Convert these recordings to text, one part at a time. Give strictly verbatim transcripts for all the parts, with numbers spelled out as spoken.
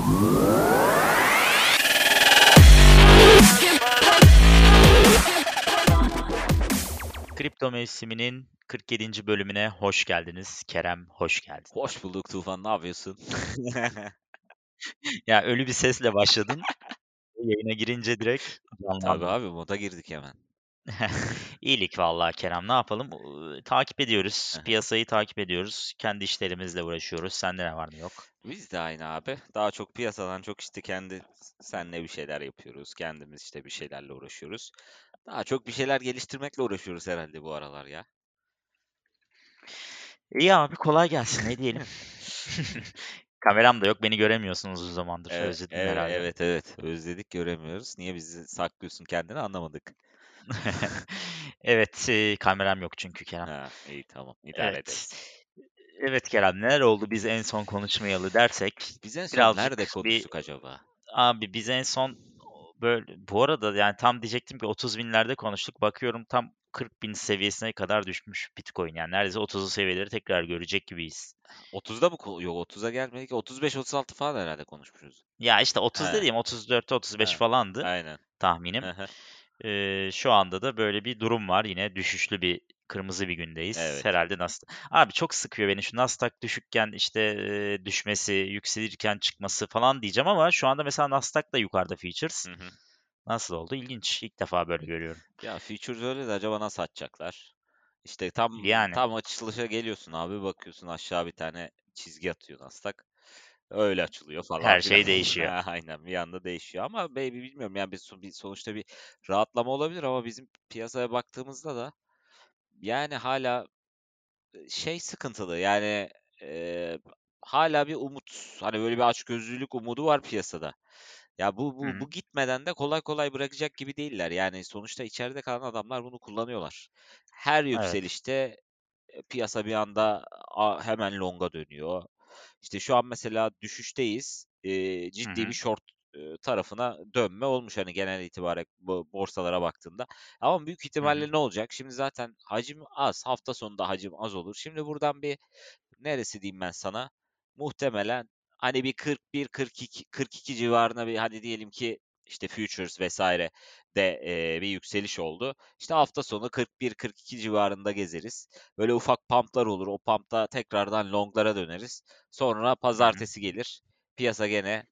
Kripto mevsiminin kırk yedinci bölümüne hoş geldiniz. Kerem, hoş geldin. Hoş bulduk Tufan, ne yapıyorsun? Ya ölü bir sesle başladın. Yayına girince direkt Tabii canlandın. abi, moda girdik hemen. İyilik vallahi Kerem. Ne yapalım? Iıı, takip ediyoruz. Hı hı. Piyasayı takip ediyoruz. Kendi işlerimizle uğraşıyoruz. Sende ne var ne yok? Biz de aynı abi. Daha çok piyasadan çok işte kendi senle bir şeyler yapıyoruz. Kendimiz işte bir şeylerle uğraşıyoruz. Daha çok bir şeyler geliştirmekle uğraşıyoruz herhalde bu aralar ya. İyi abi kolay gelsin. Ne diyelim? Kameram da yok. Beni göremiyorsunuz uzun zamandır. Evet, Özledin evet, herhalde. evet, evet. Özledik, göremiyoruz. Niye bizi saklıyorsun kendini anlamadık. Evet, eee, kameram yok çünkü Kerem. Ha, iyi tamam, idare Evet. ederiz. Evet Kerem, neler oldu biz en son konuşmayalı dersek Biz en son nerede birazcık bir konuştuk acaba? abi biz en son böyle bu arada yani tam diyecektim ki otuz binlerde konuştuk. Bakıyorum tam kırk bin seviyesine kadar düşmüş Bitcoin. Yani neredeyse otuzlu seviyeleri tekrar görecek gibiyiz. otuzda mı? ko- Yok, otuza gelmedik. otuz beş otuz altı falan herhalde konuşmuşuz. Ya işte otuz He, dediğim otuz dört otuz beş he, falandı aynen. tahminim. Hı hı. Eee, şu anda da böyle bir durum var. Yine düşüşlü bir kırmızı bir gündeyiz. Evet. Herhalde Nasdaq. Abi çok sıkıyor beni şu Nasdaq düşükken işte eee, düşmesi, yükselirken çıkması falan diyeceğim ama şu anda mesela Nasdaq da yukarıda futures. Hı hı. Nasıl oldu? İlginç. İlk defa böyle görüyorum. Ya Futures öyle de acaba nasıl atacaklar? İşte tam Yani tam açılışa geliyorsun abi, bakıyorsun aşağı bir tane çizgi atıyor Nasdaq. Öyle açılıyor falan her filan. şey değişiyor. Ha, aynen bir anda değişiyor ama baby bilmiyorum yani bir, so- bir sonuçta bir rahatlama olabilir ama bizim piyasaya baktığımızda da yani hala e, şey sıkıntılı yani e, hala bir umut, hani böyle bir açgözlülük umudu var piyasada. Ya bu Hı bu hı. bu gitmeden de kolay kolay bırakacak gibi değiller. Yani sonuçta içeride kalan adamlar bunu kullanıyorlar. Her Evet. yükselişte e, piyasa bir anda a- hemen longa dönüyor. İşte şu an mesela düşüşteyiz. E, Hı ciddi bir hı. short e, tarafına dönme olmuş hani genel itibariyle bu borsalara baktığında. Ama büyük Hı hı. ihtimalle ne olacak? Şimdi zaten hacim az. Hafta sonunda hacim az olur. Şimdi buradan bir neresi diyeyim ben sana? Muhtemelen hani bir kırk bir kırk iki kırk iki civarına bir, hadi diyelim ki işte futures vesaire de eee, bir yükseliş oldu. İşte hafta sonu kırk bir kırk iki civarında gezeriz. Böyle ufak pumplar olur. O pumpta tekrardan longlara döneriz. Sonra Hı hı. pazartesi gelir. Piyasa gene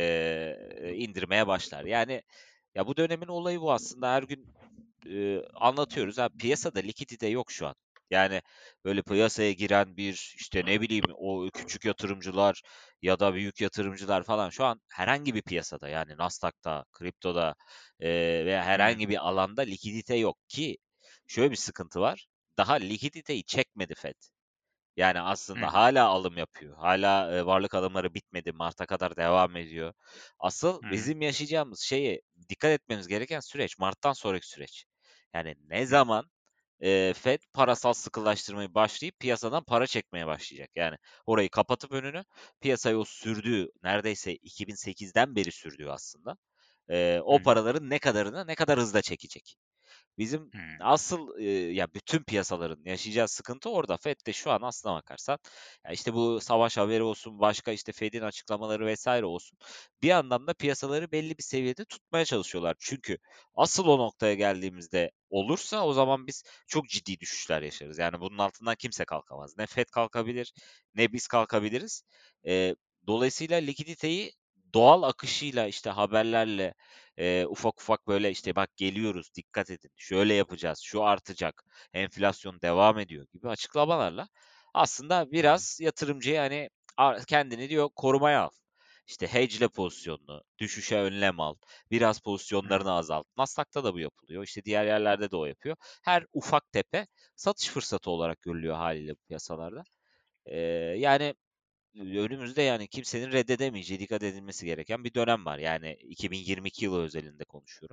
eee, indirmeye başlar. Yani ya bu dönemin olayı bu aslında. Her gün eee, anlatıyoruz. Ha, piyasada likidite yok şu an. Yani böyle piyasaya giren bir işte ne bileyim o küçük yatırımcılar ya da büyük yatırımcılar falan şu an herhangi bir piyasada, yani Nasdaq'ta, kriptoda eee veya Hı hı. herhangi bir alanda likidite yok ki şöyle bir sıkıntı var. Daha likiditeyi çekmedi Fed. Yani Hı aslında hı. hala alım yapıyor. Hala e, varlık alımları bitmedi. Mart'a kadar devam ediyor. Asıl Hı hı. bizim yaşayacağımız şeye dikkat etmemiz gereken süreç Mart'tan sonraki süreç. Yani ne Hı. zaman e, Fed parasal sıkılaştırmayı başlayıp piyasadan para çekmeye başlayacak. Yani orayı kapatıp önünü, piyasayı o sürdüğü, neredeyse iki bin sekizden beri sürdüğü aslında e, Hı o hı. paraların ne kadarını ne kadar hızla çekecek. Bizim Hıı. asıl, eee, ya bütün piyasaların yaşayacağı sıkıntı orada. Fed de şu an aslına bakarsan, ya işte bu savaş haberi olsun, başka işte Fed'in açıklamaları vesaire olsun. Bir yandan da piyasaları belli bir seviyede tutmaya çalışıyorlar. Çünkü asıl o noktaya geldiğimizde olursa o zaman biz çok ciddi düşüşler yaşarız. Yani bunun altından kimse kalkamaz. Ne Fed kalkabilir, ne biz kalkabiliriz. Eee, dolayısıyla likiditeyi doğal akışıyla, işte haberlerle, Eee, ufak ufak böyle işte bak geliyoruz, dikkat edin, şöyle yapacağız, şu artacak, enflasyon devam ediyor gibi açıklamalarla aslında Hı hı. biraz yatırımcıyı hani a- kendini diyor korumaya al. İşte hedge'le pozisyonunu, düşüşe önlem al, biraz Hı hı. pozisyonlarını azalt. Nasdaq'ta da bu yapılıyor. İşte diğer yerlerde de o yapıyor. Her ufak tepe satış fırsatı olarak görülüyor haliyle bu piyasalarda. Eee, yani önümüzde yani kimsenin reddedemeyeceği, dikkat edilmesi gereken bir dönem var. Yani iki bin yirmi iki yılı özelinde konuşuyorum.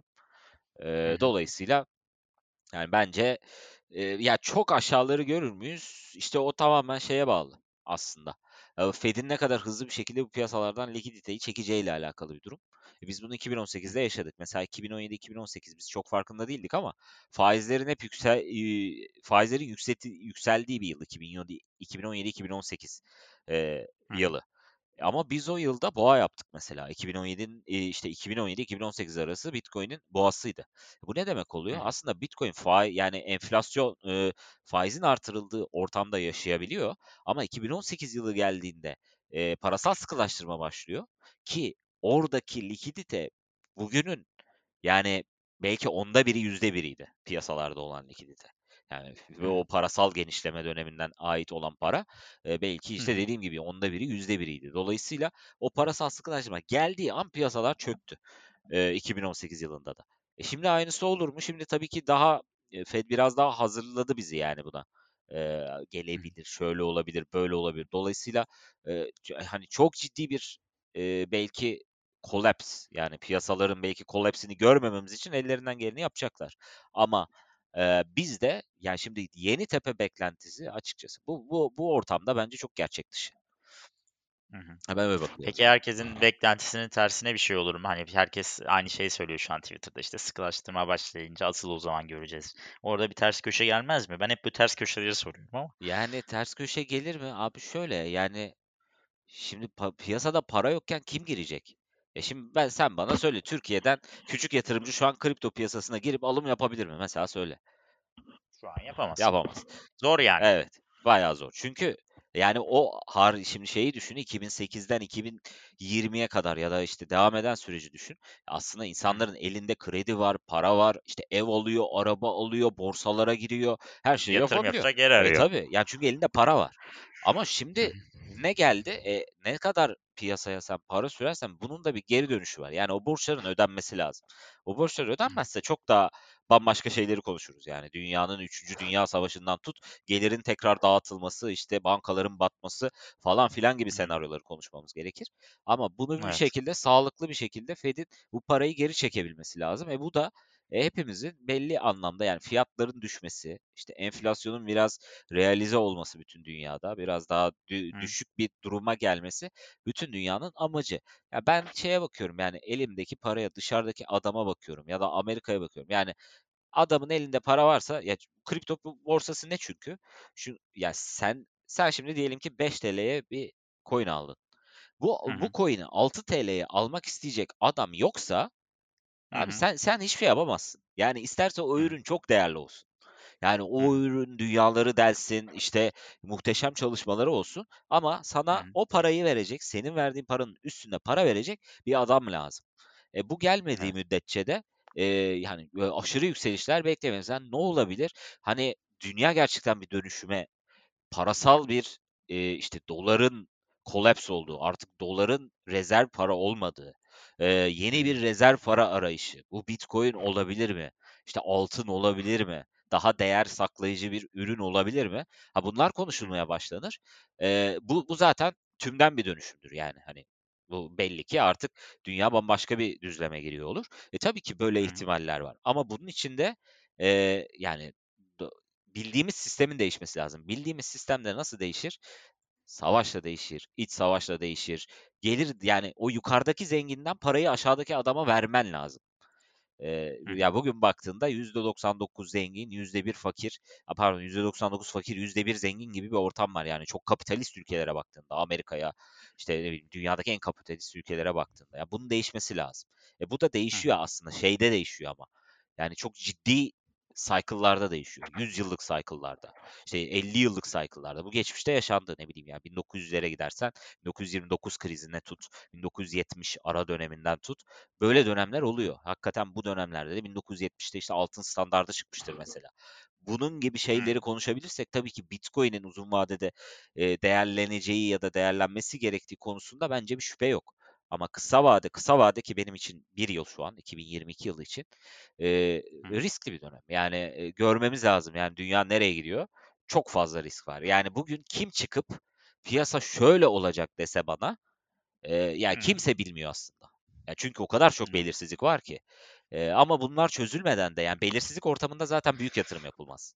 Hı Eee, hı. dolayısıyla yani bence eee, ya çok aşağıları görür müyüz? İşte o tamamen şeye bağlı aslında. Eee, Fed'in ne kadar hızlı bir şekilde bu piyasalardan likiditeyi çekeceğiyle alakalı bir durum. E, Biz bunu Hı iki bin on sekizde hı. yaşadık. Mesela iki bin on yedi-iki bin on sekiz biz çok farkında değildik ama faizlerin hep yüksel eee, faizlerin yükselti, yükseldiği bir yıl iki bin on yedi-iki bin on sekiz eee, Hı hı. yılı. Ama biz o yılda boğa yaptık mesela. iki bin on yedinin eee, işte iki bin on yedi-iki bin on sekiz arası Bitcoin'in boğasıydı. Bu ne demek Hı oluyor? hı. Aslında Bitcoin faiz yani enflasyon, eee, faizin artırıldığı ortamda yaşayabiliyor ama iki bin on sekiz yılı geldiğinde, eee, parasal sıkılaştırma başlıyor ki oradaki likidite bugünün yani belki onda biri, yüzde biriydi piyasalarda olan likidite. Yani ve Hı hı. o parasal genişleme döneminden ait olan para, eee, belki, Hı işte, hı. dediğim gibi onda biri, yüzde biriydi. Dolayısıyla o parasal sıkılaştırma geldiği an piyasalar çöktü, eee, iki bin on sekiz yılında da. E, şimdi aynısı olur mu? Şimdi tabii ki daha, eee, Fed biraz daha hazırladı bizi yani buna. Eee, Hı hı. gelebilir, şöyle olabilir, böyle olabilir. Dolayısıyla, eee, ç hani, çok ciddi bir, eee, belki collapse yani piyasaların belki collapse'ini görmememiz için ellerinden geleni yapacaklar. Ama, eee, biz de yani şimdi yeni tepe beklentisi açıkçası bu bu bu ortamda bence çok gerçek dışı. Hı hı. Ha, ben öyle bakıyorum Peki yani. herkesin beklentisinin tersine bir şey olur mu? Hani herkes aynı şeyi söylüyor şu an Twitter'da işte sıkılaştırma başlayınca asıl o zaman göreceğiz. Orada bir ters köşe gelmez mi? Ben hep bu ters köşeleri soruyorum ama. Yani ters köşe gelir mi? Abi şöyle yani şimdi pa piyasada para yokken kim girecek? E şimdi ben sen bana söyle Türkiye'den küçük yatırımcı şu an kripto piyasasına girip alım yapabilir mi? Mesela söyle. Şu an yapamaz. Yapamaz. Zor yani. Evet, bayağı zor. Çünkü yani o har şimdi şeyi düşün, iki bin sekizden iki bin yirmiye kadar ya da işte devam eden süreci düşün. Aslında Hı hı. insanların elinde kredi var, para var, işte ev alıyor, araba alıyor, borsalara giriyor, her şeyi Yatırım yapabiliyor. yapacak yer E arıyor. tabii, yani çünkü elinde para var. Ama Hı şimdi hı. ne geldi? E, ne kadar piyasaya sen para sürersen bunun da bir geri dönüşü var. Yani o borçların ödenmesi lazım. O borçlar Hı hı. ödenmezse çok daha bambaşka şeyleri konuşuruz. Yani dünyanın üçüncü Dünya Savaşı'ndan tut gelirin tekrar dağıtılması, işte bankaların batması falan filan gibi Hı hı. senaryoları konuşmamız gerekir. Ama bunu bir Evet. şekilde sağlıklı bir şekilde Fed'in bu parayı geri çekebilmesi lazım. E bu da e, hepimizin belli anlamda yani fiyatların düşmesi, işte enflasyonun biraz realize olması bütün dünyada, biraz daha dü- Hı düşük bir duruma gelmesi bütün dünyanın amacı. Ya ben şeye bakıyorum yani elimdeki paraya, dışarıdaki adama bakıyorum ya da Amerika'ya bakıyorum. Yani adamın elinde para varsa ya ç- kripto bu- borsası ne çünkü? Şu ya sen sen şimdi diyelim ki beş T L'ye bir coin aldın. Bu hı. bu Hı coin'i altı T L'ye almak isteyecek adam yoksa hı. abi Hı. sen sen hiçbir şey yapamazsın. Yani isterse o Hı ürün çok değerli olsun. Yani hı. o ürün dünyaları delsin, işte muhteşem çalışmaları olsun ama Hı sana hı. o parayı verecek, senin verdiğin paranın üstünde para verecek bir adam lazım. E, bu gelmediği Evet. müddetçe de, eee, yani, böyle aşırı yükselişler beklemeyiz. Yani ne olabilir? Hani, dünya gerçekten bir dönüşüme parasal bir, eee, işte, doların kollaps olduğu, artık doların rezerv para olmadığı, eee, Hı yeni hı. bir rezerv para arayışı. Bu Bitcoin olabilir mi? İşte, altın olabilir mi? Daha değer saklayıcı bir ürün olabilir mi? Ha, bunlar Hı hı. konuşulmaya başlanır. Eee, bu bu zaten tümden bir dönüşümdür yani, hani. Bu belli ki artık dünya bambaşka bir düzleme giriyor olur. E, tabii ki böyle Hı hı. ihtimaller var ama bunun için de, eee, yani, do bildiğimiz sistemin değişmesi lazım. Bildiğimiz sistem de nasıl değişir? Savaşla değişir, iç savaşla değişir. Gelir yani o yukarıdaki zenginden parayı aşağıdaki adama vermen lazım. Eee, Hı hı. ya, bugün baktığında yüzde doksan dokuz zengin, yüzde bir fakir, a, pardon yüzde doksan dokuz fakir, yüzde bir zengin gibi bir ortam var. Yani çok kapitalist ülkelere baktığında, Amerika'ya, işte, ne bileyim, dünyadaki en kapitalist ülkelere baktığında. Ya, bunun değişmesi lazım. E, bu da Hı değişiyor hı. aslında, şeyde değişiyor ama. Yani çok ciddi cycle'larda değişiyor. yüz yıllık cycle'larda, işte elli yıllık cycle'larda. Bu geçmişte yaşandı. Ne bileyim ya bin dokuz yüzlere gidersen bin dokuz yüz yirmi dokuz krizine tut, bin dokuz yüz yetmiş ara döneminden tut. Böyle dönemler oluyor. Hakikaten bu dönemlerde de bin dokuz yüz yetmişte işte altın standardı çıkmıştır mesela. Bunun gibi Hı hı. şeyleri konuşabilirsek tabii ki Bitcoin'in uzun vadede e, değerleneceği ya da değerlenmesi gerektiği konusunda bence bir şüphe yok. Ama kısa vade, kısa vade ki benim için bir yıl şu an, iki bin yirmi iki yılı için e, Hı hı. riskli bir dönem. Yani e, görmemiz lazım yani dünya nereye gidiyor? Çok fazla risk var. Yani bugün kim çıkıp piyasa şöyle olacak dese bana, Eee, ya, Hı hı. kimse bilmiyor aslında. Ya, çünkü o kadar çok Evet. belirsizlik var ki. Eee, ama bunlar çözülmeden de, yani, belirsizlik ortamında zaten büyük yatırım yapılmaz.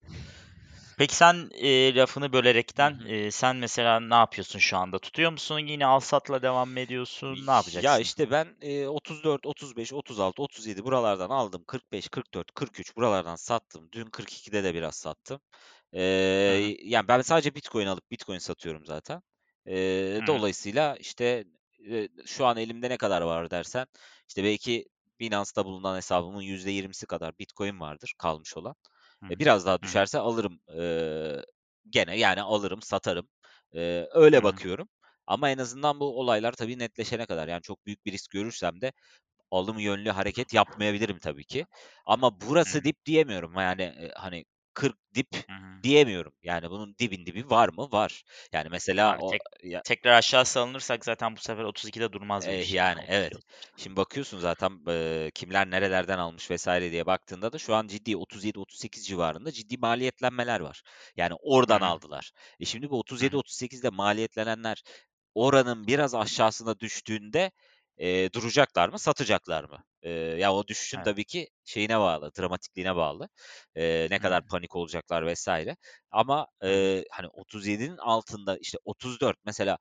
Peki sen, eee, lafını Hı bölerekten, hı. eee, sen mesela ne yapıyorsun şu anda? Tutuyor musun? Yine al-satla devam mı ediyorsun? Ne Ya, yapacaksın? işte, ben, eee, otuz dört, otuz beş, otuz altı, otuz yedi buralardan aldım. kırk beş, kırk dört, kırk üç buralardan sattım. Dün kırk ikide de biraz sattım. Hı hı. Eee, yani, ben sadece Bitcoin alıp Bitcoin satıyorum zaten. Eee, Hı hı. dolayısıyla, işte, eee, şu an elimde ne kadar var dersen, işte, belki Binance'da bulunan hesabımın yüzde yirmisi kadar Bitcoin vardır kalmış olan. Hı E, hı. biraz daha Hı hı. düşerse alırım, eee, gene, yani, alırım, satarım. Eee, Hı öyle hı. bakıyorum ama en azından bu olaylar tabii netleşene kadar, yani, çok büyük bir risk görürsem de alım yönlü hareket yapmayabilirim tabii ki. Ama Hı burası hı. dip diyemiyorum. Yani, eee, hani, kırk dip Hı hı. diyemiyorum. Yani, bunun dibin dibi var mı? Var. Yani, mesela Abi o tek ya tekrar aşağı salınırsak zaten bu sefer otuz ikide durmaz bu Eh, iş yani yani, evet. otuz iki otuz beş. Şimdi bakıyorsun zaten, eee, kimler nerelerden almış vesaire diye baktığında da şu an ciddi otuz yedi otuz sekiz civarında ciddi maliyetlenmeler var. Yani Hı oradan hı. aldılar. E, şimdi bu Hı hı. otuz yedi otuz sekizde maliyetlenenler oranın biraz aşağısına düştüğünde, eee, duracaklar mı, satacaklar mı? Eee, ya, o düşüşün Evet. tabii ki şeyine bağlı, dramatikliğine bağlı. Eee, ne Hı hı. kadar panik olacaklar vesaire. Ama, Hı hı. eee, hani, otuz yedinin altında, işte, otuz dört mesela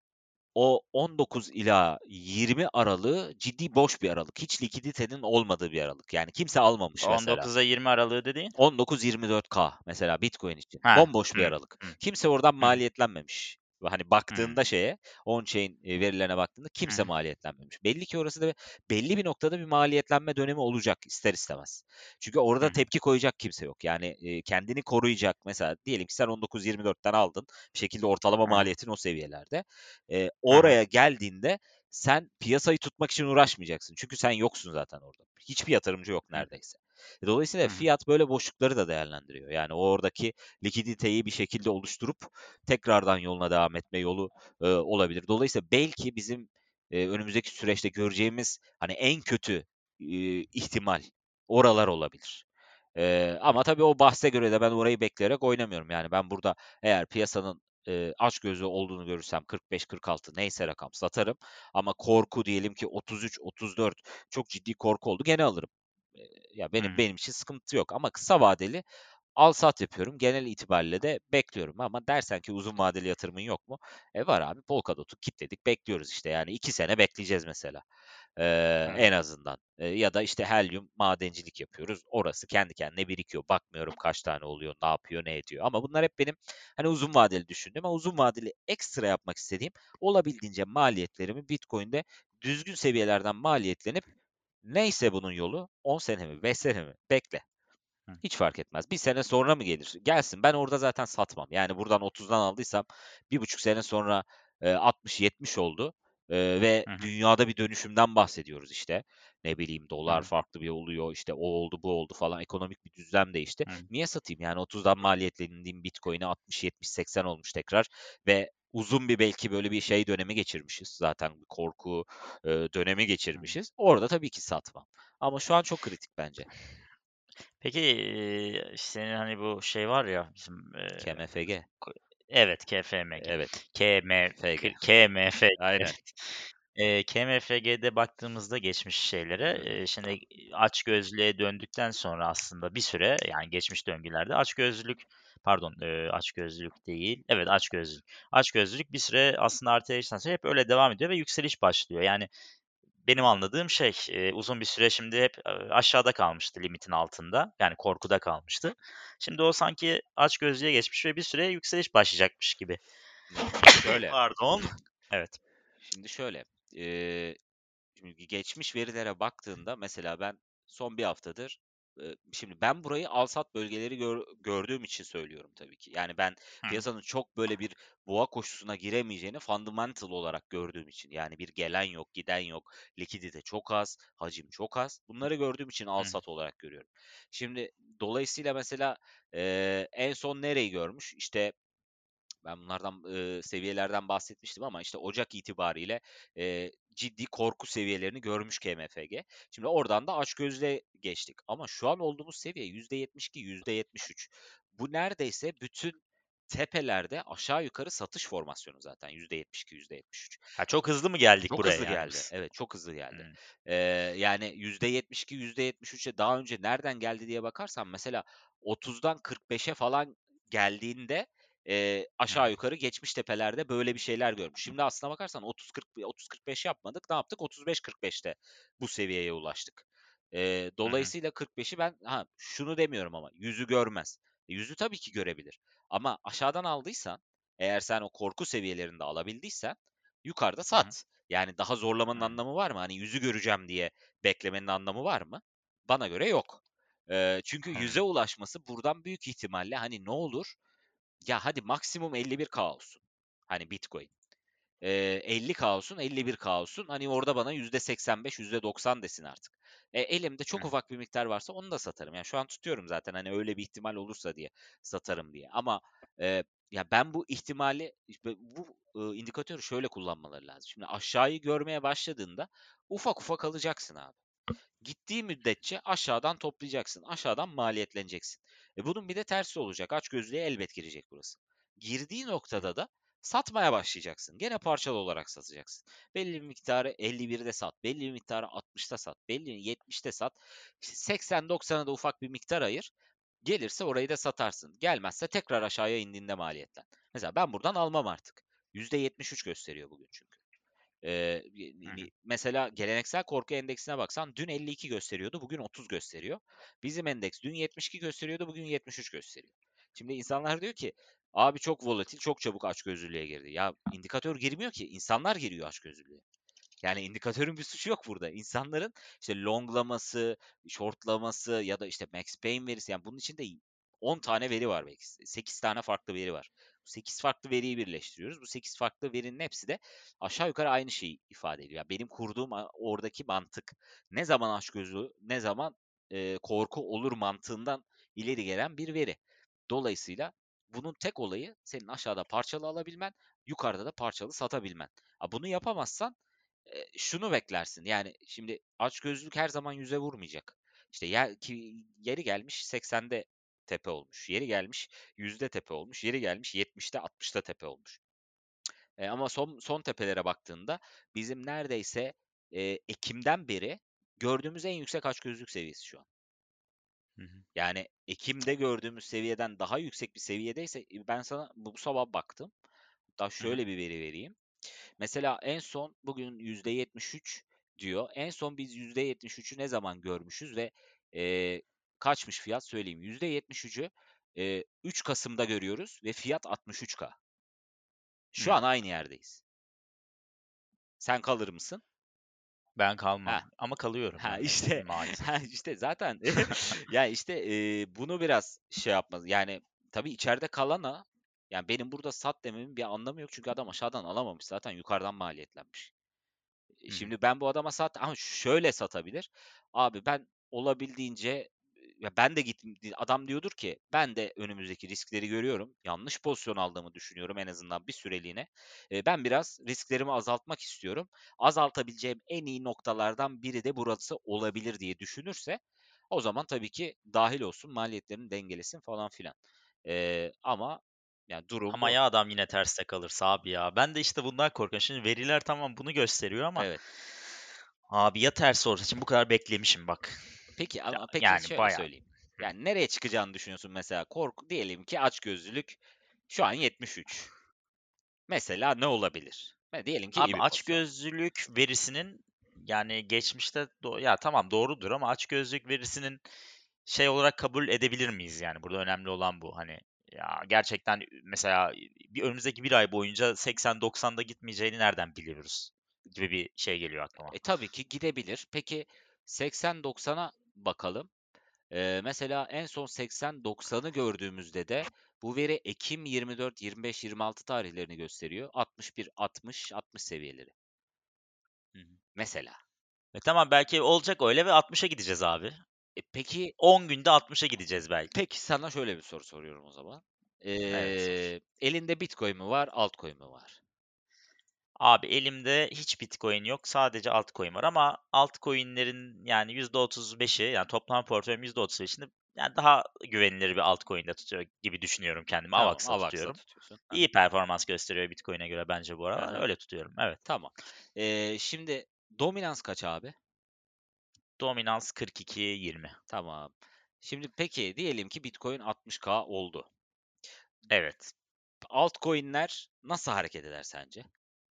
o on dokuz ila yirmi aralığı ciddi boş bir aralık. Hiç likiditenin olmadığı bir aralık. Yani kimse almamış mesela. on dokuzla yirmi aralığı dediğin? on dokuz yirmi dört K mesela Bitcoin için. Ha. Bomboş bir Hı. aralık. Hı. Kimse oradan Hı hı. maliyetlenmemiş. Ve hani Hı hı. baktığında şeye, on-chain, eee, verilerine baktığında Hı kimse hı. maliyetlenmemiş. Belli ki orası da belli bir noktada bir maliyetlenme dönemi olacak ister istemez. Çünkü Hı orada hı. tepki koyacak kimse yok. Yani, eee, kendini koruyacak. Mesela diyelim ki sen on dokuz yirmi dörtten aldın. Bir şekilde ortalama Hı hı. maliyetin o seviyelerde. Eee, Hı hı. oraya geldiğinde sen piyasayı tutmak için uğraşmayacaksın. Çünkü sen yoksun zaten orada. Hiçbir yatırımcı yok Hı neredeyse. Dolayısıyla hı. fiyat böyle boşlukları da değerlendiriyor. Yani oradaki likiditeyi bir şekilde oluşturup tekrardan yoluna devam etme yolu, eee, olabilir. Dolayısıyla belki bizim, eee, önümüzdeki süreçte göreceğimiz, hani, en kötü, eee, ihtimal oralar olabilir. Eee, Hı ama tabii o bahse göre de ben orayı bekleyerek oynamıyorum. Yani ben burada eğer piyasanın, eee, açgözlü olduğunu görürsem kırk beş kırk altı neyse rakam satarım ama korku diyelim ki otuz üç otuz dört çok ciddi korku oldu gene alırım. Eee, ya hı. benim benim için sıkıntı yok ama kısa vadeli al-sat yapıyorum. Genel itibariyle de bekliyorum ama dersen ki uzun vadeli yatırımın yok mu? E, var abi. Polkadot'u kilitledik, bekliyoruz işte. Yani iki sene bekleyeceğiz mesela, eee, Hı hı. en azından. Eee, ya da işte helyum madencilik yapıyoruz. Orası kendi kendine birikiyor. Bakmıyorum kaç tane oluyor, ne yapıyor, ne ediyor. Ama bunlar hep benim hani uzun vadeli düşündüğüm ama uzun vadeli ekstra yapmak istediğim olabildiğince maliyetlerimi Bitcoin'de düzgün seviyelerden maliyetlenip neyse bunun yolu on sene mi, beş sene mi? Bekle. Hı Hiç fark etmez. Bir sene sonra mı gelir? Gelsin. Ben orada zaten satmam. Yani buradan otuzdan aldıysam bir buçuk sene sonra, eee, altmış yetmiş oldu, eee, ve hı. dünyada bir dönüşümden bahsediyoruz işte. Ne bileyim, Hı dolar hı. farklı bir oluyor, işte o oldu, bu oldu falan. Ekonomik bir düzlem değişti. Hı hı. Niye satayım? Yani otuzdan maliyetlendiğim Bitcoin'i altmış yetmiş seksen olmuş tekrar ve uzun bir belki böyle bir şey dönemi geçirmişiz. Zaten bir korku, eee, dönemi Hı hı. geçirmişiz. Orada tabii ki satmam. Ama şu an çok kritik bence. Peki, eee, senin, hani, bu şey var ya bizim, eee, K M F G. ko evet, K F M G. Evet. K M F G. kır K M F Aynen. evet. Eee, K M F G'de baktığımızda geçmiş Hı şeylere, hı. eee, şimdi açgözlüğe döndükten sonra aslında bir süre, yani geçmiş döngülerde açgözlülük pardon, eee, açgözlülük değil, evet açgözlülük. Açgözlülük bir süre aslında artıya geçtikten sonra hep öyle devam ediyor ve yükseliş başlıyor. Yani benim anladığım şey, eee, uzun bir süre şimdi hep, eee, aşağıda kalmıştı, limitin altında. Yani korkuda kalmıştı. Şimdi o sanki açgözlüğe geçmiş ve bir süre yükseliş başlayacakmış gibi. Hımm, şimdi şöyle, Pardon. Evet. şimdi şöyle, eee, şimdi geçmiş verilere baktığında mesela ben son bir haftadır, eee, şimdi ben burayı al-sat bölgeleri gör gördüğüm için söylüyorum tabii ki. Yani ben Hı hı. piyasanın çok böyle bir boğa koşusuna giremeyeceğini fundamental olarak gördüğüm için, yani bir gelen yok, giden yok, likidite çok az, hacim çok az. Bunları gördüğüm için Hı hı. al-sat olarak görüyorum. Şimdi dolayısıyla mesela, eee, en son nereyi görmüş? İşte ben bunlardan, ııı, seviyelerden bahsetmiştim ama, işte, ocak itibariyle, eee, ciddi korku seviyelerini görmüş K M F G. Şimdi oradan da açgözlüğe geçtik ama şu an olduğumuz seviye yüzde yetmiş iki, yüzde yetmiş üç. Bu neredeyse bütün tepelerde aşağı yukarı satış formasyonu zaten yüzde yetmiş iki, yüzde yetmiş üç. Ha, çok hızlı mı geldik Çok buraya hızlı yani geldi. biz? Evet, çok hızlı geldi. Hımm. Eee, yani yüzde yetmiş iki, yüzde yetmiş üçe daha önce nereden geldi diye bakarsan mesela otuzdan kırk beşe falan geldiğinde, eee, Hı hı. aşağı yukarı geçmiş tepelerde böyle bir şeyler görmüş. Şimdi aslına bakarsan otuz kırk otuz kırk beş yapmadık. Ne yaptık? otuz beş kırk beşte bu seviyeye ulaştık. Eee, Hı hı. dolayısıyla kırk beşi ben ha, şunu demiyorum ama yüzü görmez. E, yüzü tabii ki görebilir ama aşağıdan aldıysan Eğer sen o korku seviyelerinde alabildiysen yukarıda Hı hı. sat. Yani daha zorlamanın Aynen. anlamı var mı? Hani yüzü göreceğim diye beklemenin anlamı var mı? Bana göre yok. Eee, çünkü yüze Hımm. ulaşması buradan büyük ihtimalle hani ne olur? Ya hadi maksimum elli bir K olsun. Hani Bitcoin. Eee, elli K olsun, elli bir K olsun. Hani orada bana yüzde seksen beş, yüzde doksan desin artık. E, elimde Hı çok hı. ufak bir miktar varsa onu da satarım. Yani şu an tutuyorum zaten hani öyle bir ihtimal olursa diye satarım diye. Ama eee, ya ben bu ihtimali, işte bu ııı, indikatörü şöyle kullanmaları lazım. Şimdi aşağıyı görmeye başladığında ufak ufak alacaksın abi. Gittiği müddetçe aşağıdan toplayacaksın. Aşağıdan maliyetleneceksin. E bunun bir de tersi olacak. Açgözlüğe elbet girecek burası. Girdiği Hı. noktada da satmaya başlayacaksın. Gene parçalı olarak satacaksın. Belli bir miktarı elli birde sat, belli bir miktarı altmışta sat, belli bir yetmişte sat. İşte seksen doksana da ufak bir miktar ayır. Gelirse orayı da satarsın. Gelmezse tekrar aşağıya indiğinde maliyetlen. Mesela ben buradan almam artık. yüzde yetmiş üç gösteriyor bugün çünkü. Eee, Hı hı. mesela geleneksel korku endeksine baksan dün elli iki gösteriyordu, bugün otuz gösteriyor. Bizim endeks dün yetmiş iki gösteriyordu, bugün yetmiş üç gösteriyor. Şimdi insanlar diyor ki abi çok volatil, çok çabuk açgözlülüğe girdi. Ya indikatör girmiyor ki, insanlar giriyor açgözlülüğe. Yani indikatörün bir suçu yok burada. İnsanların işte longlaması, shortlaması ya da işte Max Payne verisi yani bunun içinde on tane veri var belki. sekiz tane farklı veri var. Bu sekiz farklı veriyi birleştiriyoruz. Bu sekiz farklı verinin hepsi de aşağı yukarı aynı şeyi ifade ediyor. Yani benim kurduğum a- oradaki mantık ne zaman açgözlü, ne zaman e, korku olur mantığından ileri gelen bir veri. Dolayısıyla bunun tek olayı senin aşağıda parçalı alabilmen, yukarıda da parçalı satabilmen. Ha, bunu yapamazsan Eee, şunu beklersin, yani, şimdi açgözlülük her zaman yüze vurmayacak. İşte, yer ki yeri gelmiş seksende tepe olmuş, yeri gelmiş yüzde tepe olmuş, yeri gelmiş yetmişte altmışta tepe olmuş. Eee, ama son son tepelere baktığında bizim neredeyse, eee, ekimden beri gördüğümüz en yüksek açgözlülük seviyesi şu an. Hı hı. Yani, ekimde gördüğümüz seviyeden daha yüksek bir seviyedeyse, iii, ben sana bu bu sabah baktım. Hatta Hı hı. şöyle bir veri vereyim. Mesela en son bugün yüzde yetmiş üç diyor. En son biz yüzde yetmiş üçü ne zaman görmüşüz ve eee, kaçmış fiyat söyleyeyim. yüzde yetmiş üçü eee, üç Kasım'da görüyoruz ve fiyat altmış üç K. Şu Hımm. an aynı yerdeyiz. Sen kalır mısın? Ben Ha, kalmam ama kalıyorum ha yani işte, maalesef. ha işte zaten ya işte eee, bunu biraz şey yapmaz. Yani tabii içeride kalana yani benim burada sat dememin bir anlamı yok çünkü adam aşağıdan alamamış zaten yukarıdan maliyetlenmiş. Hı hı. Şimdi ben bu adama sat ama şöyle satabilir. Abi ben olabildiğince ya ben de git adam diyordur ki ben de önümüzdeki riskleri görüyorum. Yanlış pozisyon aldığımı düşünüyorum en azından bir süreliğine. E, ben biraz risklerimi azaltmak istiyorum. Azaltabileceğim en iyi noktalardan biri de burası olabilir diye düşünürse o zaman tabii ki dahil olsun, maliyetlerini dengelesin falan filan. E, ama yani durum Ama bu. ya adam yine terste kalırsa abi ya. Ben de işte bundan korkuyorum. Şimdi veriler tamam bunu gösteriyor ama Evet. abi ya ters olursa şimdi bu kadar beklemişim bak. Peki Ya, ama peki yani şöyle bayağı. söyleyeyim. Yani nereye çıkacağını düşünüyorsun mesela? Korku diyelim ki açgözlülük şu an yetmiş üç. Mesela ne olabilir? Ve diyelim ki iyi Abi bir pozisyon. açgözlülük verisinin yani geçmişte do ya tamam doğrudur ama açgözlülük verisinin şey olarak kabul edebilir miyiz yani? Burada önemli olan bu. Hani ya gerçekten mesela bir önümüzdeki bir ay boyunca seksen doksanda gitmeyeceğini nereden biliyoruz gibi bir şey geliyor aklıma. E tabii ki gidebilir. Peki seksen doksana bakalım. Ee, mesela en son seksen doksanı gördüğümüzde de bu veri Ekim yirmi dört, yirmi beş, yirmi altı tarihlerini gösteriyor. altmış bir, altmış, altmış seviyeleri. Hı hı. Mesela. E tamam belki olacak öyle ve altmışa gideceğiz abi. E peki on günde altmışa gideceğiz belki. Peki sana şöyle bir soru soruyorum o zaman. Evet sor. Eee, elinde Bitcoin mi var, altcoin mi var? Abi elimde hiç Bitcoin yok. Sadece altcoin var ama altcoin'lerin yani yüzde otuz beşi yani toplam portföyüm yüzde otuz beşini yani daha güvenilir bir altcoin'de tutuyor gibi düşünüyorum kendimi. Tamam, Avax'ta Avax'ta tutuyorum. tutuyorsun. Hı hı. İyi performans gösteriyor Bitcoin'e göre bence bu Hı aralar. hı. Öyle tutuyorum. Evet. Tamam. Eee, şimdi dominans kaç abi? Dominans kırk iki yirmi. Tamam. Şimdi peki diyelim ki Bitcoin altmış K oldu. Evet. Altcoin'ler nasıl hareket eder sence?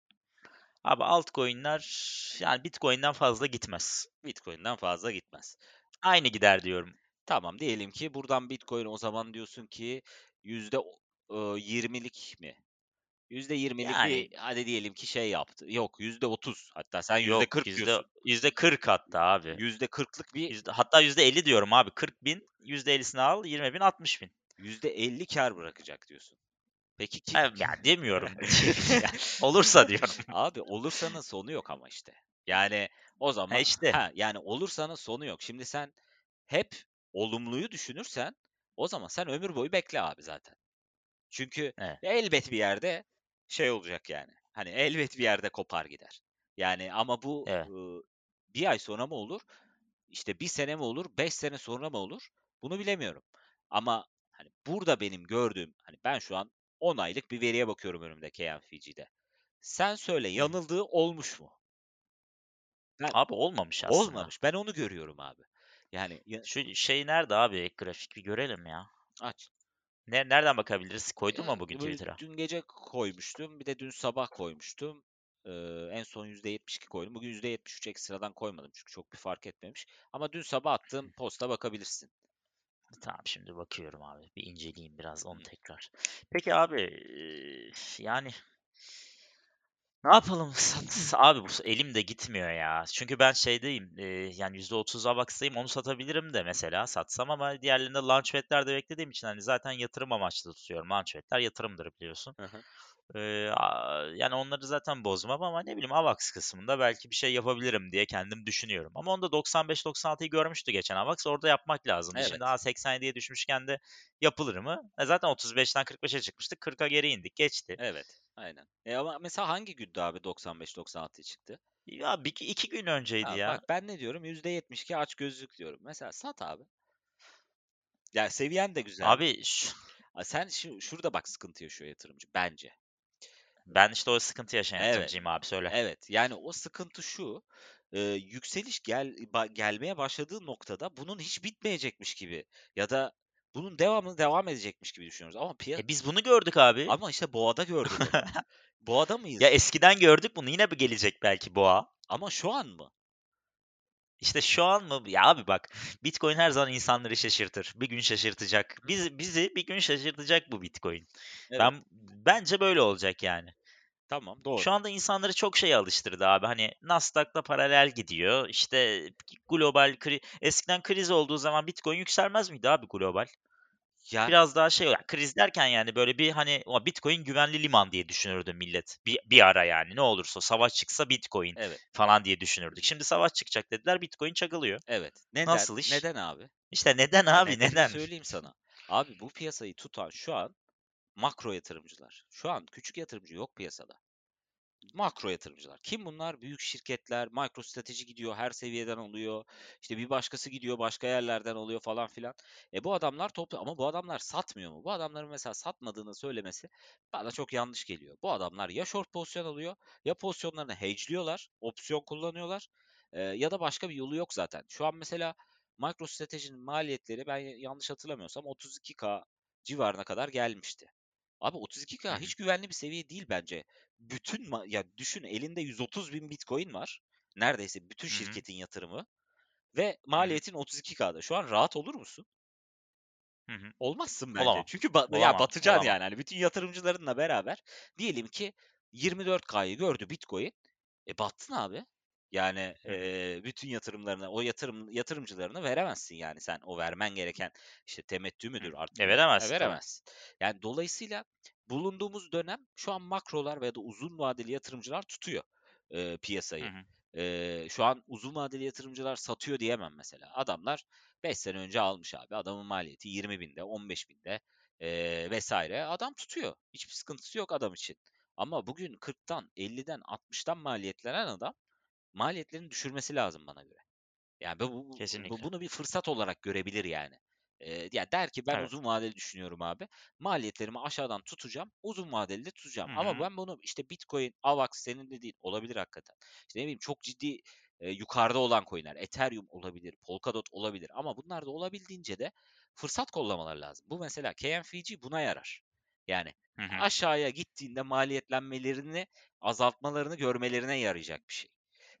Abi altcoin'ler yani Bitcoin'den fazla gitmez. Bitcoin'den fazla gitmez. Aynı gider diyorum. Tamam, diyelim ki buradan Bitcoin o zaman diyorsun ki yüzde o- eee, yirmilik mi? yüzde yirmilik Yani bir hadi diyelim ki şey yaptı. Yok yüzde otuz hatta sen yüzde yok kırk yüzde diyorsun. yüzde kırk hatta abi. yüzde kırklık bir Yüzde, hatta yüzde elli diyorum abi. kırk bin, yüzde ellisini al, yirmi bin, altmış bin. yüzde elli kâr bırakacak diyorsun. Peki ki Ha, yani demiyorum. Yani olursa diyorum. Abi olursanın sonu yok ama işte. Yani o Ha zaman işte. ha yani olursanın sonu yok. Şimdi sen hep olumluyu düşünürsen o zaman sen ömür boyu bekle abi zaten. Çünkü Evet, elbet bir yerde şey olacak yani. Hani elbet bir yerde kopar gider. Yani ama bu evet. ııı, bir ay sonra mı olur? İşte bir sene mi olur? Beş sene sonra mı olur? Bunu bilemiyorum. Ama hani burada benim gördüğüm hani ben şu an on aylık bir veriye bakıyorum önümde K N F G'de. Sen söyle Hı hı. yanıldığı olmuş mu? Ben Abi olmamış aslında. olmamış. Ben onu görüyorum abi. Yani ya Şu şey nerede abi? Grafik bir görelim ya. aç. Ne, nereden bakabiliriz? Koydun Ya, mu bugün böyle Twitter'a? dün gece koymuştum. Bir de dün sabah koymuştum. Eee, en son yüzde yetmiş iki koydum. Bugün yüzde yetmiş üç ekstradan koymadım çünkü çok bir fark etmemiş. Ama dün sabah attığım posta bakabilirsin. Tamam, şimdi bakıyorum abi. Bir inceleyeyim biraz Hı onu hı. tekrar. Peki abi, eee, yani ne yapalım? Sat abi, bu elim de gitmiyor ya. Çünkü ben şeydeyim, eee, yani yüzde otuz Avax'tayım, onu satabilirim de mesela satsam, ama diğerlerinde Launchpad'lerde beklediğim için hani zaten yatırım amaçlı tutuyorum. Launchpad'ler yatırımdır biliyorsun. Hı hı. Eee, aaa, yani onları zaten bozmam, ama ne bileyim Avax kısmında belki bir şey yapabilirim diye kendim düşünüyorum. Ama onda doksan beş doksan altıyı görmüştü geçen Avax. Orada yapmak lazımdı. Şimdi Evet. a seksen yediye düşmüşken de yapılır mı? E, zaten otuz beşten kırk beşe çıkmıştık. kırka geri indik. Geçti. Evet. Aynen. E, ama mesela hangi gündü abi doksan beş doksan altıya çıktı? Ya bir, iki iki gün önceydi Ha, ya. bak ben ne diyorum? yüzde yetmiş iki açgözlülük diyorum. Mesela sat abi. Ya seviyen de güzel. Abi ş- A, sen şu, şurada bak sıkıntı yaşıyor yatırımcı bence. ben işte o sıkıntı yaşayan Evet. yatırımcıyım abi, söyle. Evet. Yani o sıkıntı şu. e, yükseliş gel ba- gelmeye başladığı noktada bunun hiç bitmeyecekmiş gibi ya da bunun devamını devam edecekmiş gibi düşünüyoruz. Ama piya E biz bunu gördük abi. ama işte boğada gördü bunu. Boğada Ya mıyız? eskiden gördük bunu, yine bir gelecek belki boğa. Ama şu an mı? İşte şu an mı? Ya abi bak, Bitcoin her zaman insanları şaşırtır. Bir gün şaşırtacak. Hı hı. Bizi, bizi bir gün şaşırtacak bu Bitcoin. Evet. Ben bence böyle olacak yani. Tamam Şu doğru. anda insanları çok şeye alıştırdı abi. Hani Nasdaq'la paralel gidiyor. İşte global kri eskiden kriz olduğu zaman Bitcoin yükselmez miydi abi global? Ya Biraz daha şey, ya kriz derken yani böyle bir hani o Bitcoin güvenli liman diye düşünürdü millet. Bir, bir ara yani ne olursa, savaş çıksa Bitcoin evet. falan diye Hı düşünürdük. hı. Şimdi savaş çıkacak dediler, Bitcoin çakılıyor. Evet. Neden? Nasıl iş? Neden abi? İşte neden Ha, abi, nedenini neden? söyleyeyim sana. Abi bu piyasayı tutan şu an makro yatırımcılar. Şu an küçük yatırımcı yok piyasada. Makro yatırımcılar. Kim bunlar? Büyük şirketler, MicroStrateji gidiyor, her seviyeden oluyor. İşte bir başkası gidiyor, başka yerlerden oluyor falan filan. E bu adamlar toplu ama bu adamlar satmıyor mu? Bu adamların mesela satmadığını söylemesi bana çok yanlış geliyor. Bu adamlar ya short pozisyon alıyor, ya pozisyonlarını hedge'liyorlar, opsiyon kullanıyorlar. e, ya da başka bir yolu yok zaten. Şu an mesela MicroStrategy'nin maliyetleri ben yanlış hatırlamıyorsam otuz iki K civarına kadar gelmişti. Abi Hı otuz iki K hı, hiç güvenli bir seviye değil bence. Bütün ma- ya düşün elinde yüz otuz bin Bitcoin var. Neredeyse bütün hı hı, şirketin yatırımı ve hı hı, maliyetin otuz iki K'da. Şu an rahat olur musun? hı hı. Olmazsın bence. Olamam. Çünkü ba- ya Olamam. batacaksın Olamam. yani. Hani bütün yatırımcılarınla beraber diyelim ki yirmi dört K'yı gördü Bitcoin. E battın abi. Yani Hı hı, e, bütün yatırımlarını, o yatırım yatırımcılarını veremezsin yani sen o vermen gereken işte temettü hı müdür hı. artık E ne? E, veremezsin tabii. veremezsin. Yani dolayısıyla bulunduğumuz dönem şu an makrolar veya da uzun vadeli yatırımcılar tutuyor e, Hı piyasayı. hı, E, şu an uzun vadeli yatırımcılar satıyor diyemem mesela. Adamlar beş sene önce almış abi. Adamın maliyeti yirmi binde, on beş binde e, vesaire. Adam tutuyor. Hiçbir sıkıntısı yok adam için. Ama bugün kırktan, elliden, altmıştan maliyetlenen adam maliyetlerini düşürmesi lazım bana göre. Yani bu, bu- bu- kesinlikle. bunu bir fırsat olarak görebilir yani. Ee, ya der ki ben Evet. uzun vadeli düşünüyorum abi. Maliyetlerimi aşağıdan tutacağım. Uzun vadeli de tutacağım. Hı Ama hı, ben bunu işte Bitcoin, AVAX senin de değil olabilir hakikaten. İşte ne bileyim çok ciddi e, yukarıda olan coinler. Ethereum olabilir, Polkadot olabilir. Ama bunlar da olabildiğince de fırsat kollamalar lazım. Bu mesela K N F G buna yarar. Yani hı hı. aşağıya gittiğinde maliyetlenmelerini azaltmalarını görmelerine yarayacak bir şey.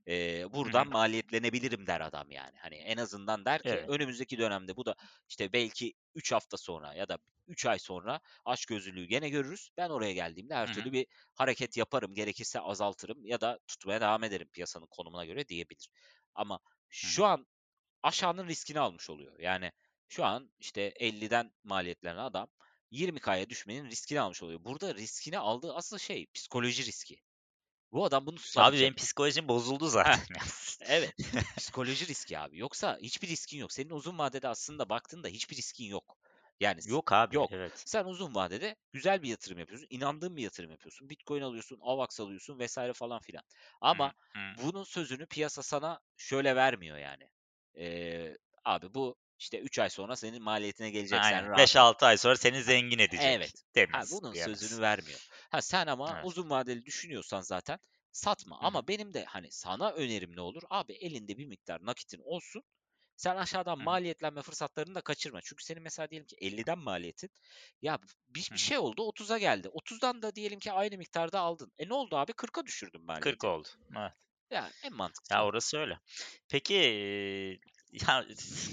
Eee, Hı buradan hı. maliyetlenebilirim der adam yani. Hani en azından der ki Evet. önümüzdeki dönemde bu da işte belki üç hafta sonra ya da üç ay sonra açgözlülüğü gene görürüz. Ben oraya geldiğimde her Hı türlü hı. bir hareket yaparım. Gerekirse azaltırım ya da tutmaya devam ederim piyasanın konumuna göre diyebilir. Ama Hı hı. şu an aşağının riskini almış oluyor. Yani şu an işte elliden maliyetlenen adam yirmi kaya düşmenin riskini almış oluyor. Burada riskini aldığı asıl şey psikoloji riski. Bu adam bunu Abi tutabilecek benim mi? psikolojim bozuldu Heh, zaten ya. evet. Psikoloji riski abi. Yoksa hiçbir riskin yok. Senin uzun vadede aslında baktığında hiçbir riskin yok. Yani s- Yok abi, yok. evet. Sen uzun vadede güzel bir yatırım yapıyorsun. İnandığın bir yatırım yapıyorsun. Bitcoin alıyorsun, AVAX alıyorsun vesaire falan filan. Hı hı. Ama Hı. bunun sözünü piyasa sana şöyle vermiyor yani. Ee, abi bu işte üç ay sonra senin maliyetine gelecek. Aynen. Sen rahat beş ol. altı ay sonra seni zengin edecek. Evet. Ha, Temiz bunun sözünü diyemez. vermiyor. Ha, sen ama Evet. uzun vadeli düşünüyorsan zaten satma. Hı hı. Ama benim de hani sana önerim ne olur? Abi elinde bir miktar nakitin olsun. Sen aşağıdan Hı hı. maliyetlenme fırsatlarını da kaçırma. Çünkü senin mesela diyelim ki elliden maliyetin ya bir, Hı bir hı. şey oldu otuza geldi. otuzdan da diyelim ki aynı miktarda aldın. E ne oldu abi? kırka düşürdün kırk maliyeti. oldu. Evet. Ya en mantıklısı Ya o. orası öyle. Peki, eee, ya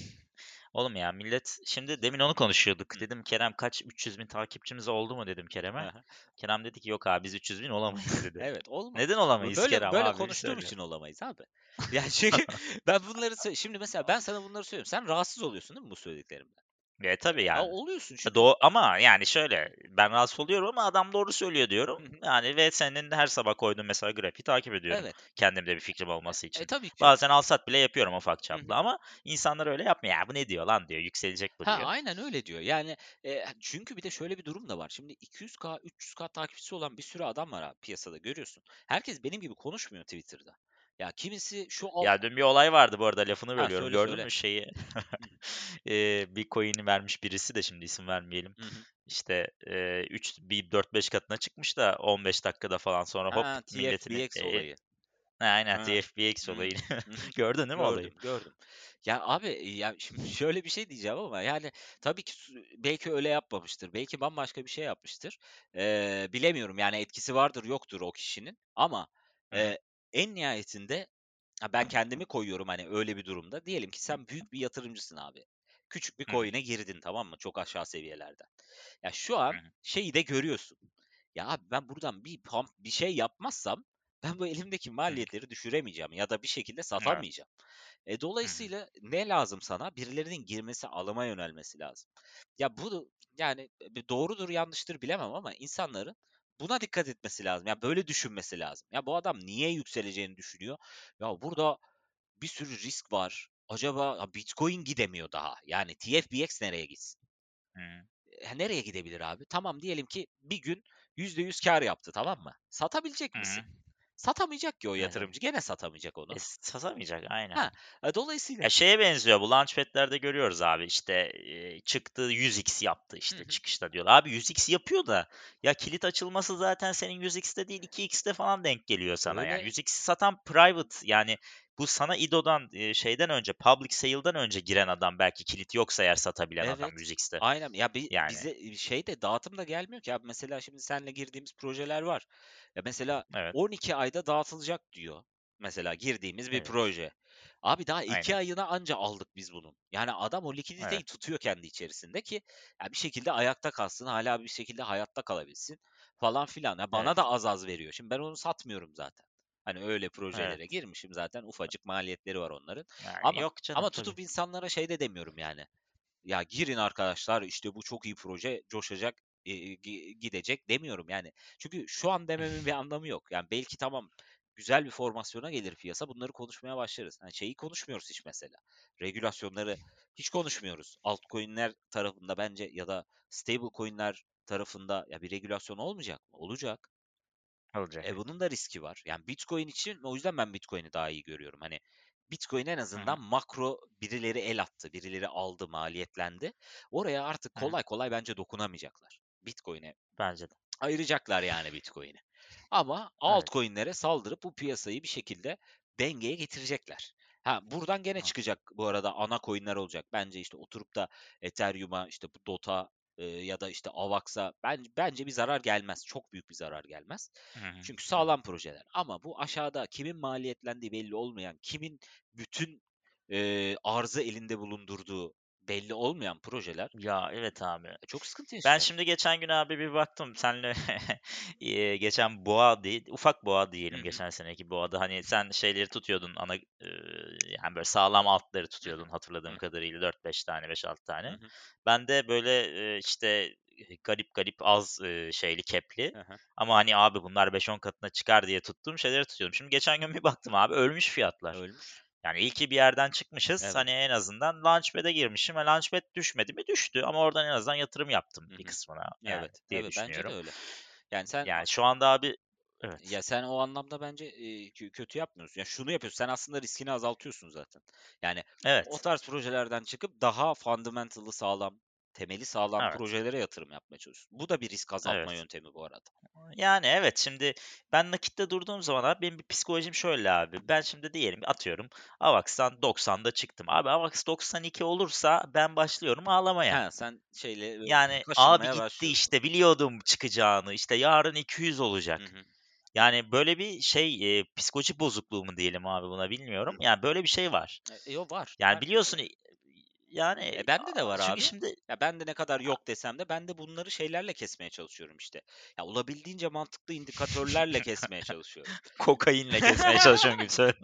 oğlum ya millet şimdi demin onu konuşuyorduk. Hı. Dedim Kerem kaç üç yüz bin takipçimiz oldu mu dedim Hı Kerem'e. hı. Kerem dedi ki yok abi biz üç yüz bin olamayız dedi. Evet, olmaz. Neden Bu olamayız böyle Kerem böyle abi bir konuştuğum söyle. için olamayız abi. Yani çünkü ben bunları sö- şimdi mesela ben sana bunları söylüyorum. Sen rahatsız oluyorsun değil mi bu söylediklerimden? E tabii A, yani. oluyorsun E, çünkü doğ ama yani şöyle ben rahatsız oluyorum ama adam doğru söylüyor Hı diyorum. hı. Yani ve senin her sabah koyduğun mesela grafiği takip ediyorum. Evet. Kendimde bir fikrim E, olması e, için. tabii ki canım. Bazen alsat bile yapıyorum ufak Hı çaplı hı. ama insanlar öyle yapmıyor. Ya bu ne diyor lan diyor. Yükselecek bu Ha, diyor. aynen öyle diyor. Yani, eee, çünkü bir de şöyle bir durum da var. Şimdi iki yüz bin, üç yüz bin takipçisi olan bir sürü adam var abi piyasada görüyorsun. Herkes benim gibi konuşmuyor Twitter'da. Ya kimisi şu alt Ya dün bir olay vardı bu arada lafını Ha, bölüyorum. söyle Gördün söyle. mü şeyi? Hı hı. Eee, bir coin'i vermiş birisi de şimdi isim vermeyelim. Hı hı. İşte eee üç bir dört beş katına çıkmış da on beş dakikada falan sonra hop Ha, milletin T F B X e, olayı. ha, aynen Ha. T F B X Hımm. olayını Hı hı. gördün değil mi olayı? Gördüm, gördüm. Ya, abi, ya, şimdi şöyle bir şey diyeceğim ama, yani, tabii ki su belki öyle yapmamıştır. Belki bambaşka bir şey yapmıştır. Eee, bilemiyorum, yani, etkisi vardır yoktur o kişinin ama, Hı hı. eee, en nihayetinde ha, ben kendimi koyuyorum, hani, öyle bir durumda. Diyelim ki sen büyük bir yatırımcısın abi. Küçük bir Hı hı. coin'e girdin, tamam mı? Çok aşağı seviyelerden. Ya, şu Hı an hı. şeyi de görüyorsun. Ya, abi, ben buradan bir pump bir şey yapmazsam ben bu elimdeki Hı hı. maliyetleri düşüremeyeceğim ya da bir şekilde Evet. satamayacağım. E, Hı hı. dolayısıyla ne lazım sana? Birilerinin girmesi, alıma yönelmesi lazım. Ya, bu yani, e, doğrudur, yanlıştır bilemem ama insanların buna dikkat etmesi lazım. Ya, böyle düşünmesi lazım. Ya, bu adam niye yükseleceğini düşünüyor? Ya, burada bir sürü risk var. Acaba ya Bitcoin gidemiyor daha. Yani T F B X nereye gitsin? Hı hı. Eee, nereye gidebilir abi? Tamam diyelim ki bir gün yüzde yüz kâr yaptı, tamam mı? Satabilecek Hı hı. misin? Satamayacak ki o Evet, tabii. yatırımcı. Gene satamayacak E, onu. satamayacak aynen. Ha, e, dolayısıyla Ya şeye benziyor bu Launchpad'lerde görüyoruz abi işte eee, çıktı yüz x yaptı Hı işte hı. çıkışta diyorlar. Abi yüz x yapıyor da ya kilit açılması zaten senin yüz x'te değil iki x'te falan denk geliyor sana. Yani Öyle. yüz x'i satan private yani bu sana I D O'dan eee, şeyden önce public sale'dan önce giren adam belki kilit yoksa eğer satabilen adam Evet. yüz x'te. Aynen. Ya, bi Yani bize, iii, şey de dağıtım da gelmiyor ki abi. Mesela şimdi seninle girdiğimiz projeler var. Ya, mesela evet, on iki ayda dağıtılacak diyor. Mesela girdiğimiz bir evet, proje. Abi daha iki aynen, ayına anca aldık biz bunun. Yani adam o likiditeyi evet, tutuyor kendi içerisinde ki ya bir şekilde ayakta kalsın, hâlâ bir şekilde hayatta kalabilsin falan filan. Ya, bana evet, da az az veriyor. Şimdi ben onu satmıyorum zaten. Hani öyle projelere evet. girmişim zaten ufacık maliyetleri var onların. Yani Ama yok canım ama tabii. tutup insanlara şey de demiyorum yani. Ya girin arkadaşlar işte bu çok iyi proje coşacak, eee, gi gidecek demiyorum yani. Çünkü şu an dememin bir anlamı yok. Yani belki tamam güzel bir formasyona gelir piyasa bunları konuşmaya başlarız. Hani şeyi konuşmuyoruz hiç mesela. Regülasyonları hiç konuşmuyoruz. Altcoin'ler tarafında bence ya da stablecoin'ler tarafında ya bir regülasyon olmayacak mı? Olacak. Olacak E, evet. bunun da riski var. Yani Bitcoin için o yüzden ben Bitcoin'i daha iyi görüyorum. Hani Bitcoin en Hı hı, azından makro birileri el attı, birileri aldı, maliyetlendi. Oraya artık hı hı. kolay kolay bence dokunamayacaklar. Bitcoin'e Bence de. ayıracaklar yani Bitcoin'i. Ama Evet. altcoin'lere saldırıp bu piyasayı bir şekilde dengeye getirecekler. Ha buradan gene Hı. çıkacak bu arada ana coin'ler olacak. Bence işte oturup da Ethereum'a işte bu D O T'a eee, ya da işte AVAX'a ben bence bir zarar gelmez. Çok büyük bir zarar gelmez. Hı hı. Çünkü Hı hı. sağlam projeler. Ama bu aşağıda kimin maliyetlendiği belli olmayan, kimin bütün eee, arzı elinde bulundurduğu belli olmayan projeler Ya, evet abi. e, çok sıkıntı Ben yaşayacak. şimdi geçen gün abi bir baktım senle eee, geçen boğa değil, ufak boğa Hı diyelim hı. geçen seneki boğada. Hani sen şeyleri tutuyordun ana eee, yani böyle sağlam altları Hı hı. tutuyordun hatırladığım Hı kadarıyla dört beş tane, beş altı hı. tane. Hı. Ben de böyle eee, işte garip garip az eee, şeyli kepli Hı hı. ama hani abi bunlar beş on katına çıkar diye tuttuğum şeyleri tutuyordum. Şimdi geçen gün bir baktım abi ölmüş fiyatlar. Ölmüş. Yani iyi ki bir yerden çıkmışız. Evet. Hani en azından Launchpad'e girmişim. E, Launchpad düşmedi mi? Düştü ama oradan en azından yatırım yaptım Hı bir hı. kısmına yani Evet. diye Evet, bence de düşünüyorum. öyle. Yani sen Yani şu anda abi evet. Ya, sen o anlamda bence, eee, kö kötü yapmıyorsun. Ya, şunu yapıyorsun, sen aslında riskini azaltıyorsun zaten. Yani o Evet. tarz projelerden çıkıp daha fundamental'ı sağlam, temeli sağlam Evet. projelere yatırım yapmaya çalışıyorsun. Bu da bir risk azaltma Evet. yöntemi bu arada. Yani evet şimdi ben nakitte durduğum zaman abi benim bir psikolojim şöyle abi. Ben şimdi diyelim atıyorum Avax'tan doksanda çıktım. Abi Avax doksan iki olursa ben başlıyorum ağlamaya. He, sen şeyle, eee, Yani abi kaşınmaya gitti başlıyorsun. işte biliyordum çıkacağını. İşte yarın iki yüz Hı olacak. hı. Yani, böyle bir şey, eee, psikoloji bozukluğu mu diyelim abi buna Hı bilmiyorum. hı. Yani, böyle bir şey var. E, yo, var. Yani, Herkeste biliyorsun, var. eee, yani, E, bende de aaa, var çünkü abi. şimdi Ya, ben de ne kadar yok desem de ben de bunları şeylerle kesmeye çalışıyorum işte. Ya, olabildiğince mantıklı indikatörlerle kesmeye çalışıyorum. kokainle kesmeye çalışıyorum gibi söyle.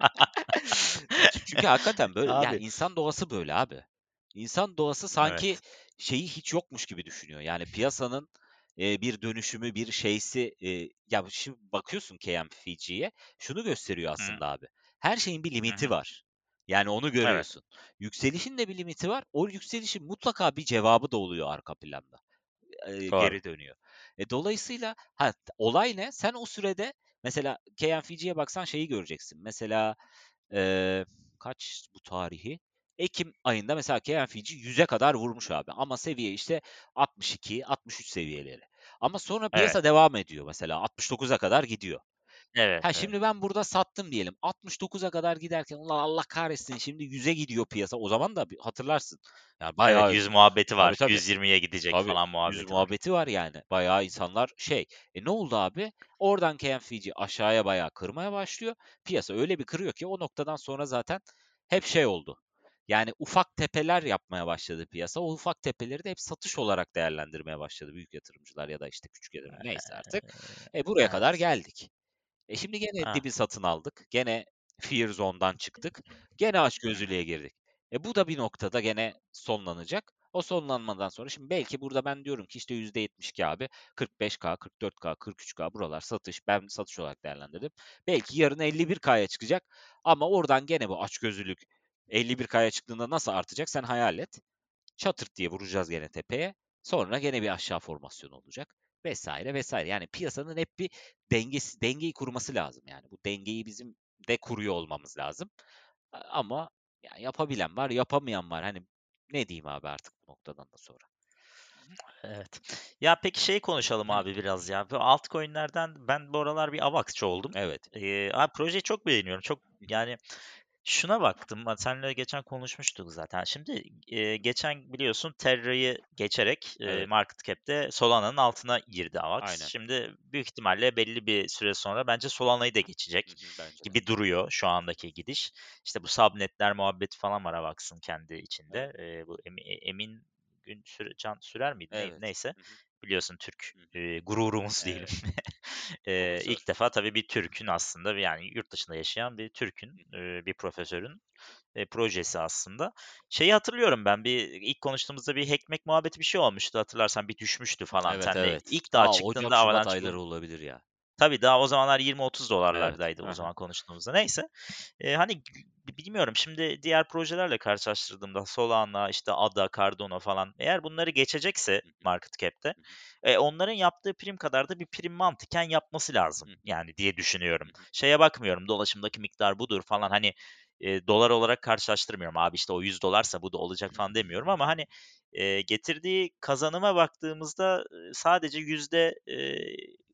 Ya, çü çünkü hakikaten böyle ya, Abi, insan doğası böyle abi. İnsan doğası sanki evet. şeyi hiç yokmuş gibi düşünüyor. Yani piyasanın, eee, bir dönüşümü, bir şeysi, eee, ya, şimdi bakıyorsun K M F G'ye, şunu gösteriyor Hı, aslında abi. Her şeyin bir hı limiti hı. var. Yani onu Evet, görüyorsun. Yükselişin de bir limiti var. O yükselişin mutlaka bir cevabı da oluyor arka planda. Eee, doğru. geri dönüyor. E, dolayısıyla ha, t olay ne? Sen o sürede mesela K M F G'ye baksan şeyi göreceksin. Mesela, eee, kaç bu tarihi? Ekim ayında mesela K M F G yüze kadar vurmuş abi ama seviye işte altmış iki altmış üç seviyeleri. Ama sonra Evet, piyasa devam ediyor mesela altmış dokuza kadar gidiyor. evet, Ha, evet. şimdi ben burada sattım diyelim. altmış dokuza kadar giderken ulan Allah kahretsin şimdi yüze gidiyor piyasa. O zaman da bir hatırlarsın. Ya Evet, bayağı yüz muhabbeti tabii var. tabii. yüz yirmiye gidecek Tabii, falan yüz muhabbeti var. muhabbeti var yani. Bayağı insanlar şey. E, ne oldu abi? Oradan K M F G aşağıya bayağı kırmaya başlıyor. Piyasa öyle bir kırıyor ki o noktadan sonra zaten hep şey oldu. Yani ufak tepeler yapmaya başladı piyasa. O ufak tepeleri de hep satış olarak değerlendirmeye başladı büyük yatırımcılar ya da işte küçük yatırımcılar neyse artık. E, buraya kadar Evet. geldik. E, şimdi gene dibi Evet. satın aldık. Gene fear zone'dan çıktık. Gene Hı hı. açgözlülüğe girdik. E, bu da bir noktada gene sonlanacak. O sonlanmadan sonra şimdi belki burada ben diyorum ki işte yüzde yetmiş iki abi kırk beş K, kırk dört K, kırk üç K buralar satış. Ben satış olarak değerlendirdim. Belki yarın elli bir K'ya çıkacak ama oradan gene bu açgözlülük elli bir K'ya çıktığında nasıl artacak sen hayal et. Çatırt diye vuracağız gene tepeye. Sonra gene bir aşağı formasyon olacak vesaire vesaire. Yani piyasanın hep bir dengesi dengeyi kurması lazım yani. Bu dengeyi bizim de kuruyor olmamız lazım. A- Ama ya yapabilen var, yapamayan var. Hani ne diyeyim abi artık bu noktadan da sonra. Evet. Ya peki şey konuşalım Hı, abi biraz ya. Bu altcoin'lerden ben bu aralar bir Avax'çı oldum. evet. Eee, abi projeyi çok beğeniyorum. Çok Hı hı, yani şuna baktım. Ben seninle geçen konuşmuştuk zaten. Şimdi eee, geçen biliyorsun Terra'yı geçerek eee, evet. market cap'te Solana'nın altına girdi Avax. Aynen. Şimdi büyük ihtimalle belli bir süre sonra bence Solana'yı da Hı geçecek hı, bence de. gibi duruyor şu andaki gidiş. İşte bu subnetler muhabbeti falan var Avax'ın kendi içinde. Evet. Eee, bu Emi- Emin Gün Süre, Can Sürer miydi? Neydi? Evet. Neyse. Hı hı, Biliyorsun Türk hı hı. eee, gururumuz diyelim. Evet. Eee Profesör. ilk defa tabii bir Türk'ün aslında yani yurt dışında yaşayan bir Hı Türk'ün hı, eee, bir profesörün eee, projesi aslında. Şeyi hatırlıyorum ben bir ilk konuştuğumuzda bir hackmack muhabbeti bir şey olmuştu hatırlarsan bir düşmüştü falan. evet Senle evet. ilk daha Ta Ocak çıktığında Şubat Avalanche ayları bunun olabilir ya. tabii daha o zamanlar yirmi otuz Evet. dolarlardaydı Hı o hı, zaman konuştuğumuzda. Neyse. Eee, hani g bilmiyorum şimdi diğer projelerle karşılaştırdığımda Solana, işte A D A, Cardano falan eğer bunları geçecekse hı hı, market cap'te, hı hı, eee, onların yaptığı prim kadar da bir prim mantıken yapması lazım hı hı, yani diye düşünüyorum. hı hı, Şeye bakmıyorum dolaşımdaki miktar budur falan hani, eee, dolar olarak karşılaştırmıyorum. Abi işte o yüz dolarsa bu da olacak hı falan hı. demiyorum ama hani, eee, getirdiği kazanıma baktığımızda, ııı, sadece yüzde, eee,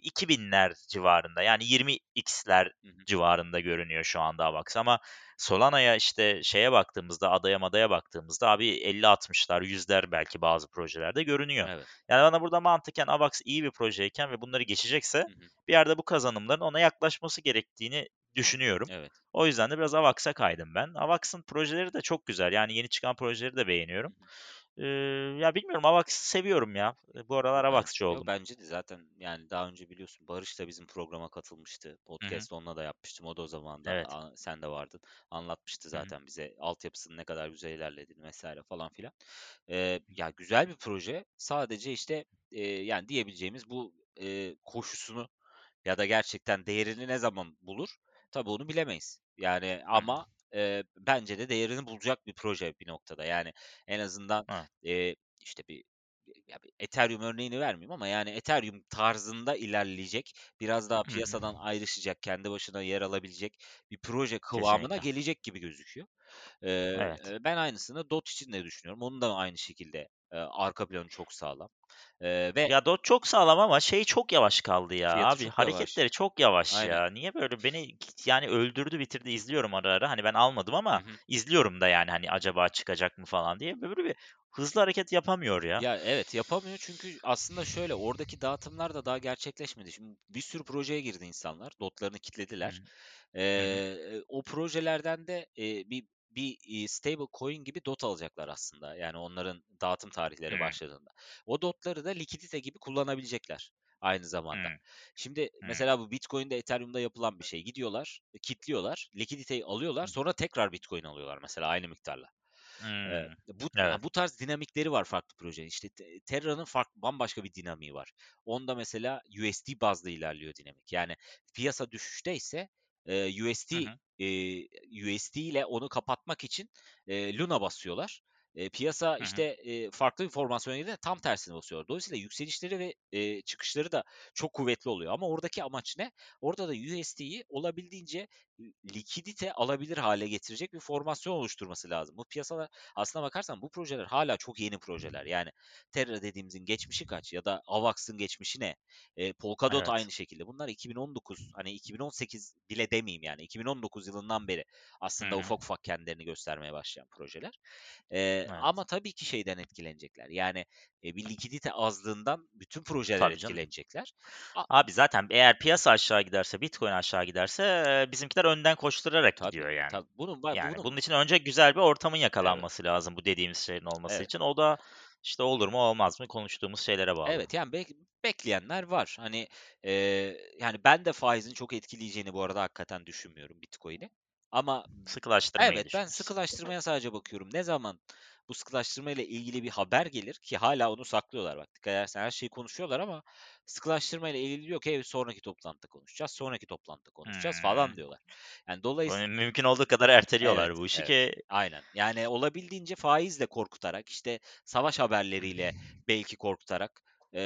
iki binler civarında yani yirmi x'ler Hı hı. civarında görünüyor şu anda AVAX ama Solana'ya, işte, şeye baktığımızda, adaya madaya baktığımızda abi elli altmışlar, yüzler belki bazı projelerde görünüyor. Evet. Yani bana burada mantıken AVAX iyi bir projeyken ve bunları geçecekse Hı hı. bir yerde bu kazanımların ona yaklaşması gerektiğini düşünüyorum. Evet. O yüzden de biraz AVAX'a kaydım ben. AVAX'ın projeleri de çok güzel. Yani yeni çıkan projeleri de Hı beğeniyorum. hı. Eee, ya bilmiyorum AVAX'ı seviyorum ya. Eee, bu aralar Yo, ben AVAX'çı yo, oldum. bence de zaten yani daha önce biliyorsun Barış da bizim programa katılmıştı. Hı hı. Podcast onunla da yapmıştım. O da o zaman da Evet. a- sen de vardın. Anlatmıştı Hı hı. zaten bize altyapısının ne kadar güzel ilerlediğini vesaire falan filan. Ee, ya güzel bir proje. Sadece işte e, yani diyebileceğimiz bu e, koşusunu ya da gerçekten değerini ne zaman bulur? Tabii onu bilemeyiz. Yani Hı hı. ama e, bence de değerini bulacak bir proje bir noktada. Yani en azından Evet. e, işte bir ya bir Ethereum örneğini vermeyeyim ama yani Ethereum tarzında ilerleyecek, biraz daha Hı hı. piyasadan ayrışacak, kendi başına yer alabilecek bir proje kıvamına Kesinlikle. gelecek gibi gözüküyor. Eee, Evet. ben aynısını D O T için de düşünüyorum. Onun da aynı şekilde eee, arka planı çok sağlam. Eee, ve Ya Dot çok sağlam ama şey çok yavaş kaldı ya fiyatı abi. çok yavaş. Hareketleri çok yavaş Aynen. ya. Niye böyle beni yani öldürdü bitirdi izliyorum ara ara. Hani ben almadım Hı ama hı. izliyorum da yani hani acaba çıkacak mı falan diye. Böyle bir hızlı hareket yapamıyor ya. Ya evet yapamıyor çünkü aslında şöyle oradaki dağıtımlar da daha gerçekleşmedi. Şimdi bir sürü projeye girdi insanlar. Dotlarını Hı kilitlediler. hı. Hı hı. Eee, o projelerden de eee, bir bir eee, stable coin gibi dot alacaklar aslında. Yani onların dağıtım Hı tarihleri başladığında. O dotları da likidite gibi kullanabilecekler aynı hı. zamanda. Şimdi Hı mesela bu Bitcoin'de, Ethereum'da yapılan bir şey. Gidiyorlar, kilitliyorlar, likiditeyi alıyorlar, hı. sonra tekrar Bitcoin alıyorlar mesela aynı miktarla. Eee, Hımm. bu Evet. ha, bu tarz dinamikleri var farklı projenin. İşte Te Terra'nın farklı bambaşka bir dinamiği var. Onda mesela U S D bazlı ilerliyor dinamik. Yani piyasa düşüşteyse eee, Hı U S D hı. eee, U S D ile onu kapatmak için eee, Luna basıyorlar. Eee, piyasa Hı hı. işte eee, farklı bir formasyona girdiğinde tam tersine basıyorlar. Dolayısıyla yükselişleri ve eee, çıkışları da çok kuvvetli oluyor. Ama oradaki amaç ne? Orada da U S D'yi olabildiğince likidite alabilir hale getirecek bir formasyon oluşturması lazım. Bu piyasalar aslına bakarsan bu projeler hala çok yeni projeler. Yani Terra dediğimizin geçmişi kaç ya da Avax'ın geçmişi ne? E, Polkadot Evet. aynı şekilde. Bunlar iki bin on dokuz hani iki bin on sekiz bile demeyeyim yani iki bin on dokuz yılından beri Hı aslında hı. ufak ufak kendilerini göstermeye başlayan projeler. E, ama Evet. tabii ki şeyden etkilenecekler. Yani e, bir likidite azlığından bütün projeler Tabii canım. etkilenecekler. A- Abi zaten eğer piyasa aşağı giderse, Bitcoin aşağı giderse, eee, bizimkiler önden koşturarak tabii gidiyor yani. tabii bunun ba- Yani bunun bunun için önce güzel bir ortamın evet yakalanması lazım bu dediğimiz şeyin olması evet için. O da işte olur mu olmaz mı konuştuğumuz şeylere bağlı. Evet, yani bek bekleyenler var. Hani, eee, yani ben de faizin çok etkileyeceğini bu arada hakikaten düşünmüyorum Bitcoin'i. Ama Sıkılaştırmayı evet, ben düşünüyorsun. sıkılaştırmaya sadece bakıyorum. Ne zaman bu sıkılaştırma ile ilgili bir haber gelir ki hala onu saklıyorlar bak dikkat edersen her şeyi konuşuyorlar ama sıkılaştırma ile ilgili diyor ki sonraki toplantıda konuşacağız, sonraki toplantıda konuşacağız falan Hımm. diyorlar. Yani dolayıs Böyle mümkün olduğu kadar erteliyorlar Evet, bu işi evet. ki. Aynen. Yani olabildiğince faizle korkutarak, işte savaş haberleriyle belki korkutarak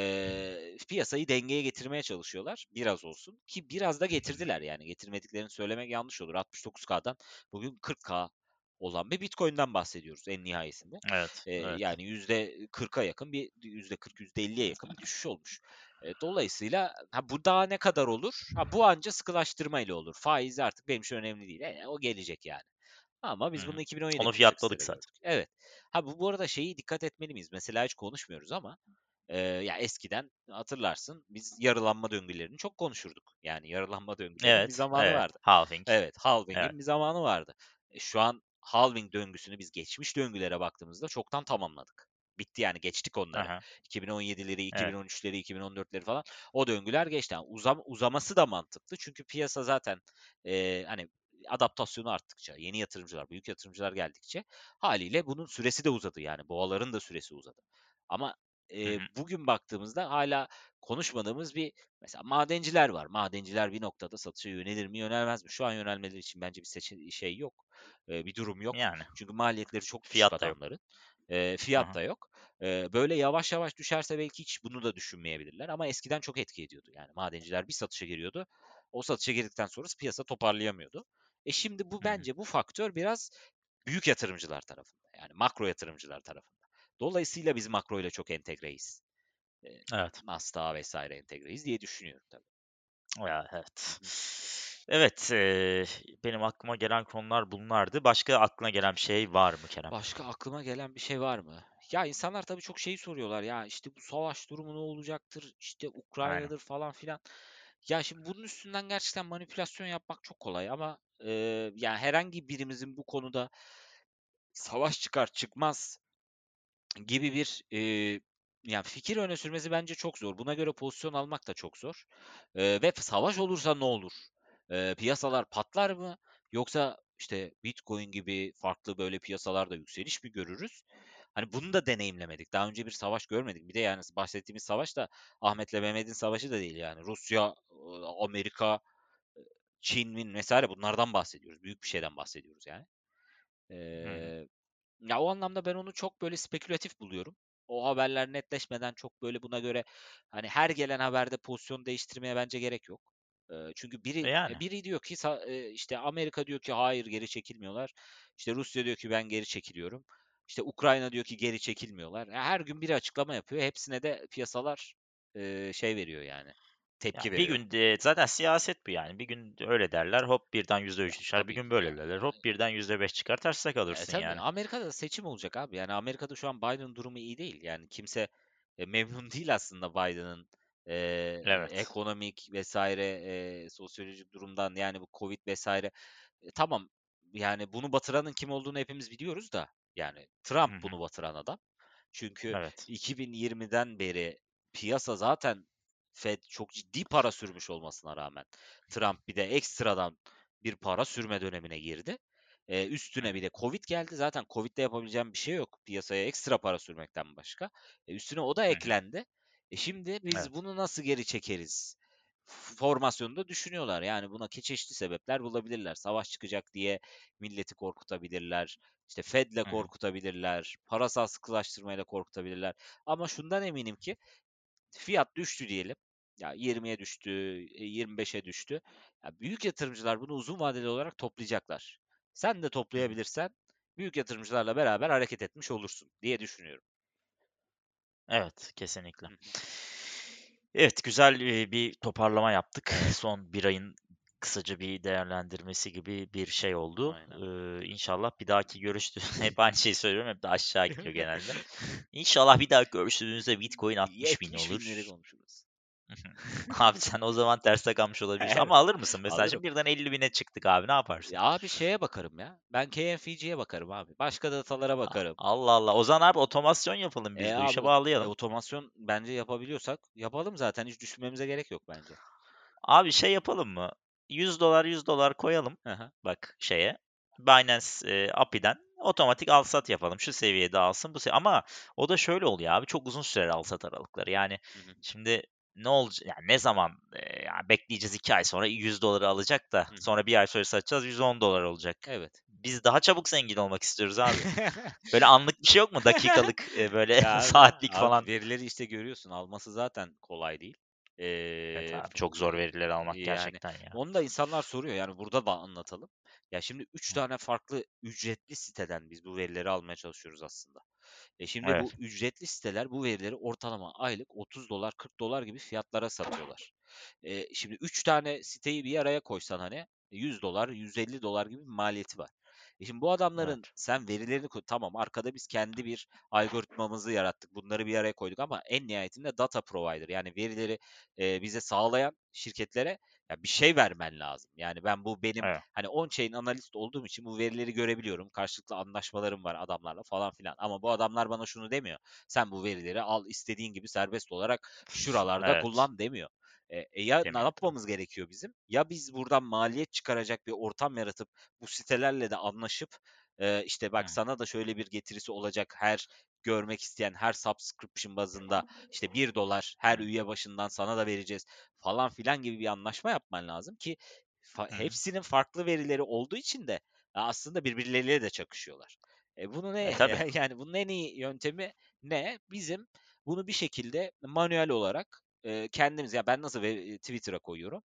eee, piyasayı dengeye getirmeye çalışıyorlar biraz olsun ki biraz da getirdiler yani getirmediklerini söylemek yanlış olur. altmış dokuz K'dan bugün kırk K olan bir Bitcoin'den bahsediyoruz en nihayesinde. Evet, Eee, evet. yani yüzde kırka yakın bir yüzde kırk yüzde elliye yakın bir düşüş olmuş. Eee, dolayısıyla ha, bu daha ne kadar olur? Ha, bu anca sıkılaştırma ile olur. Faiz artık benim için önemli değil. E, o gelecek yani. Ama Hı biz bunu hı. iki bin on yedi Onu kriptosunda fiyatladık da zaten. gördük. Evet. Ha bu bu arada şeyi dikkat etmeli miyiz? Mesela hiç konuşmuyoruz ama eee, ya eskiden hatırlarsın biz yarılanma döngülerini çok konuşurduk. Yani yarılanma döngülerinin bir Evet, zamanı evet. vardı. Halving. Evet, Evet. halving'in bir zamanı vardı. E, şu an halving döngüsünü biz geçmiş döngülere baktığımızda çoktan tamamladık. Bitti yani geçtik Hı onları. hı. iki bin on yedileri, Evet. iki bin on üçleri, iki bin on dörtleri falan o döngüler geçti. Yani uzam, uzaması da mantıklı. Çünkü piyasa zaten eee, hani adaptasyonu arttıkça, yeni yatırımcılar, büyük yatırımcılar geldikçe haliyle bunun süresi de uzadı yani boğaların da süresi uzadı. Ama Hı eee, hı. bugün baktığımızda hala konuşmadığımız bir mesela madenciler var. Madenciler bir noktada satışa yönelir mi, yönelmez mi? Şu an yönelmeleri için bence bir seçe şey yok. Eee, bir durum yok. Yani Çünkü maliyetleri çok düşük fiyat da yok. adamların. Eee, Hı fiyat hı. da yok. Eee, böyle yavaş yavaş düşerse belki hiç bunu da düşünmeyebilirler ama eskiden çok etki ediyordu. Yani madenciler bir satışa giriyordu. O satışa girdikten sonra piyasa toparlayamıyordu. E şimdi bu Hı hı. bence bu faktör biraz büyük yatırımcılar tarafında. Yani makro yatırımcılar tarafında. Dolayısıyla biz makro ile çok entegreyiz. Eee, Evet. Nasdaq'a vesaire entegreyiz diye düşünüyorum tabii. Ya, Hı evet. hı. Evet, eee, benim aklıma gelen konular bunlardı. Başka aklına gelen bir şey var mı Kerem? Başka aklıma gelen bir şey var mı? Ya insanlar tabii çok şeyi soruyorlar ya işte bu savaş durumu ne olacaktır? İşte Aynen. Ukrayna'dır falan filan. Ya şimdi bunun üstünden gerçekten manipülasyon yapmak çok kolay ama eee yani herhangi birimizin bu konuda savaş çıkar çıkmaz gibi bir, eee, yani, fikir öne sürmesi bence çok zor. Buna göre pozisyon almak da çok zor. Eee, ve savaş olursa ne olur? Eee, piyasalar patlar mı? Yoksa, işte, Bitcoin gibi farklı, böyle, piyasalarda yükseliş mi görürüz? Hani, bunu da deneyimlemedik. Daha önce bir savaş görmedik. Bir de, yani, bahsettiğimiz savaş da Ahmet'le Mehmet'in savaşı da değil, yani. Rusya, ııı, Amerika, Çin, min vesaire bunlardan bahsediyoruz. Büyük bir şeyden bahsediyoruz, yani. Hı hı. Eee Ya, o anlamda ben onu çok, böyle, spekülatif buluyorum. O haberler netleşmeden çok, böyle, buna göre, hani, her gelen haberde pozisyon değiştirmeye bence gerek yok. Eee, çünkü E, biri yani. e, biri diyor ki sa eee, işte, Amerika diyor ki hayır geri çekilmiyorlar. İşte, Rusya diyor ki ben geri çekiliyorum. İşte, Ukrayna diyor ki geri çekilmiyorlar. Ya, her gün biri açıklama yapıyor. Hepsine de piyasalar, eee, şey veriyor, yani, tepki Ya, bir veriyor. günde zaten siyaset bu yani. Bir gün öyle derler, hop birden yüzde Ya, üç düşer. Bir tabii gün ki böyle yani. derler, hop birden yüzde beş çıkar, terste E, kalırsın tabii yani. Amerika'da da seçim olacak abi. Yani Amerika'da şu an Biden'ın durumu iyi değil. Yani kimse e, memnun değil aslında Biden'ın e, Evet. ekonomik vesaire e, sosyolojik durumdan yani bu Covid vesaire. E, tamam yani bunu batıranın kim olduğunu hepimiz biliyoruz da yani Hı Trump hı. bunu batıran adam. Çünkü Evet. iki bin yirmiden beri piyasa zaten Fed çok ciddi para sürmüş olmasına rağmen Trump bir de ekstradan bir para sürme dönemine girdi. Eee, Hı üstüne bir hı. de Covid geldi. Zaten Covid'de yapabileceğim bir şey yok piyasaya ekstra para sürmekten başka. E, üstüne o da Hı hı. eklendi. E şimdi biz Evet. bunu nasıl geri çekeriz? F- Formasyonu da düşünüyorlar. Yani buna ki çeşitli sebepler bulabilirler. Savaş çıkacak diye milleti korkutabilirler. İşte Fed'le Hı hı. korkutabilirler. Parasal sıkılaştırmayla korkutabilirler. Ama şundan eminim ki fiyat düştü diyelim. Ya yirmiye düştü, e, yirmi beşe düştü. Ya büyük yatırımcılar bunu uzun vadeli olarak toplayacaklar. Sen de Hı hı. toplayabilirsen büyük yatırımcılarla beraber hareket etmiş olursun diye düşünüyorum. Evet, kesinlikle. Hı hı. Evet, güzel, eee, bir toparlama yaptık. Evet, Son bir ayın kısaca bir değerlendirmesi gibi bir şey oldu. aynen. Eee, inşallah bir dahaki görüştü hep aynı şeyi söylüyorum, hep de aşağı gidiyor genelde. İnşallah bir dahaki görüştüğümüzde Bitcoin altmış bin yetmiş binleri olur. konuşuruz. Abi sen o zaman terste kalmış olabilirsin Evet, ama alır mısın? Mesela alırım. şimdi birden elli bine çıktık abi, ne yaparsın? Ya abi şeye bakarım ya. Ben K N F G'ye bakarım abi. Başka datalara A bakarım. Allah Allah. O zaman abi otomasyon yapalım E biz bu abi işe o- e, bağlayalım. otomasyon bence yapabiliyorsak yapalım zaten. Hiç düşünmemize gerek yok bence. Abi şey yapalım mı? yüz dolar yüz dolar koyalım Hı hı, bak şeye. Binance eee, A P I'den otomatik al sat yapalım. Şu seviyede alsın bu seviye. Ama o da şöyle oluyor abi, çok uzun sürer al sat aralıkları. Yani hı hı, şimdi ne olacak yani, ne zaman eee, yani bekleyeceğiz, iki ay sonra yüz doları alacak da hı hı. sonra bir ay sonra satacağız, yüz on dolar olacak. Evet. Biz daha çabuk zengin olmak istiyoruz abi. Böyle anlık bir şey yok mu? Dakikalık eee, böyle Ya, saatlik abi falan. verileri işte görüyorsun. Alması zaten kolay değil. Evet Eee, abi, bu çok zor verileri almak yani gerçekten ya. onu da insanlar soruyor. Yani burada da anlatalım. Ya şimdi üç Hı. tane farklı ücretli siteden biz bu verileri almaya çalışıyoruz aslında. E şimdi bu Evet. ücretli siteler bu verileri ortalama aylık otuz dolar, kırk dolar gibi fiyatlara satıyorlar. E, şimdi üç tane siteyi bir araya koysan hani yüz dolar, yüz elli dolar gibi bir maliyeti var. E şimdi bu adamların Evet. sen verilerini koy, tamam arkada biz kendi bir algoritmamızı yarattık. Bunları bir araya koyduk ama en nihayetinde data provider yani verileri e, bize sağlayan şirketlere ya bir şey vermen lazım. Yani ben bu benim Evet. hani on-chain analist olduğum için bu verileri görebiliyorum. Karşılıklı anlaşmalarım var adamlarla falan filan. Ama bu adamlar bana şunu demiyor. Sen bu verileri al istediğin gibi serbest olarak şuralarda Evet. kullan demiyor. E, e ya ne Demiyor tabii. yapmamız gerekiyor bizim? Ya biz buradan maliyet çıkaracak bir ortam yaratıp bu sitelerle de anlaşıp e, işte Hı bak hı. sana da şöyle bir getirisi olacak her görmek isteyen her subscription bazında işte bir dolar her Hı üye başından sana da vereceğiz falan filan gibi bir anlaşma yapman lazım ki fa- hı. hepsinin farklı verileri olduğu için de aslında birbirleriyle de çakışıyorlar. E bunu E, ne tabii. yani bunun en iyi yöntemi ne? Bizim bunu bir şekilde manuel olarak e, kendimiz ya ben nasıl ve- Twitter'a koyuyorum.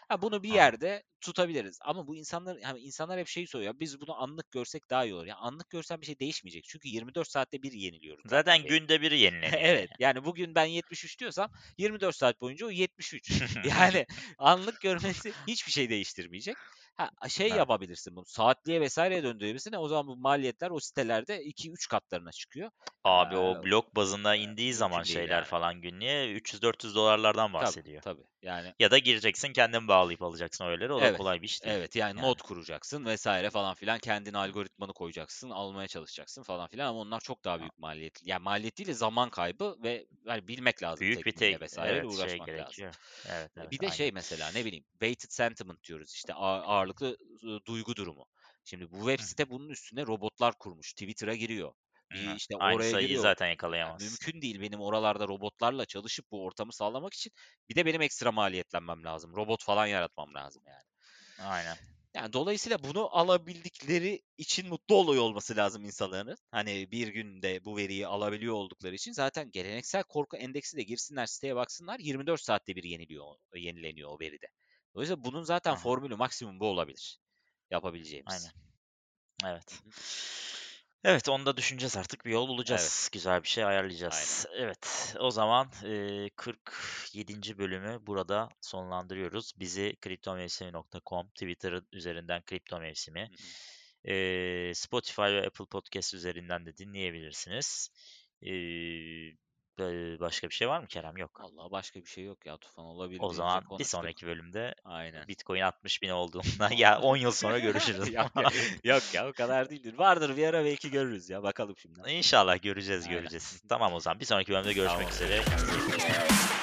Ha, bunu bir Hı hı. yerde tutabiliriz ama bu insanlar yani insanlar hep şeyi soruyor. Biz bunu anlık görsek daha iyi olur. Ya anlık görsen bir şey değişmeyecek. Çünkü yirmi dört saatte bir yeniliyorum zaten Zaten veri. günde biri yenileniyor Evet, yani. yani bugün ben yetmiş üç diyorsam yirmi dört saat boyunca o yetmiş üç. Yani anlık görmesi hiçbir şey değiştirmeyecek. Ha, şey Evet. yapabilirsin bunu, saatliğe vesaireye döndürebilirsin. E, o zaman bu maliyetler o sitelerde iki üç katlarına çıkıyor. Abi Eee, o blok bazında indiği zaman mümkün değil şeyler yani. falan günlüğe üç yüz dört yüz dolarlardan Tabii, bahsediyor. tabii. Yani Ya da gireceksin kendin bağlayıp alacaksın öyleleri. O da evet, kolay bir iş değil. evet. Yani Yani. not kuracaksın vesaire falan filan. Kendin algoritmanı koyacaksın, almaya çalışacaksın falan filan ama onlar çok daha A büyük maliyet. Yani maliyet değil de zaman kaybı ve hani bilmek lazım büyük bir tekniğine tek vesaireyle evet, şey uğraşmak lazım. gerekiyor. Evet, E, evet, bir de aynen. şey mesela ne bileyim weighted sentiment diyoruz işte ağ- ağırlıklı ıı, duygu durumu. Şimdi bu web Hı hı. site bunun üstüne robotlar kurmuş. Twitter'a giriyor. Bir Hı. işte Aynı oraya sayıyı giriyor. zaten Ya yakalayamazsın. mümkün değil benim oralarda robotlarla çalışıp bu ortamı sağlamak için bir de benim ekstra maliyetlenmem lazım. Robot falan yaratmam lazım yani. Aynen, Yani dolayısıyla bunu alabildikleri için mutlu oluyor olması lazım insanların. Hani bir günde bu veriyi alabiliyor oldukları için zaten geleneksel korku endeksi de girsinler siteye baksınlar yirmi dört saatte bir yeniliyor, yenileniyor o veride. Dolayısıyla bunun zaten aha, formülü maksimum bu olabilir aynen. yapabileceğimiz. Hı Evet. hı. Evet, onu da düşüneceğiz artık. Bir yol Evet, bulacağız. Güzel bir şey aynen. ayarlayacağız. Evet, o zaman eee, kırk yedinci bölümü burada sonlandırıyoruz. Bizi kripto mevsimi nokta com, Twitter üzerinden kripto mevsimi, Hı hı. eee, Spotify ve Apple Podcast üzerinden de dinleyebilirsiniz. Eee, eee, başka bir şey var mı Kerem? Yok. Vallahi başka bir şey yok ya Tufan O olabildiğince zaman bir konuştuk. sonraki bölümde Aynen. Bitcoin altmış bin olduğunda O- ya on yıl sonra görüşürüz. Yok ya, yok ya o kadar değildir. Vardır bir ara belki görürüz ya bakalım şimdi. İnşallah göreceğiz Aynen. göreceğiz. Tamam o zaman bir sonraki bölümde görüşmek Tamamdır. üzere. Kendinize iyi bakın.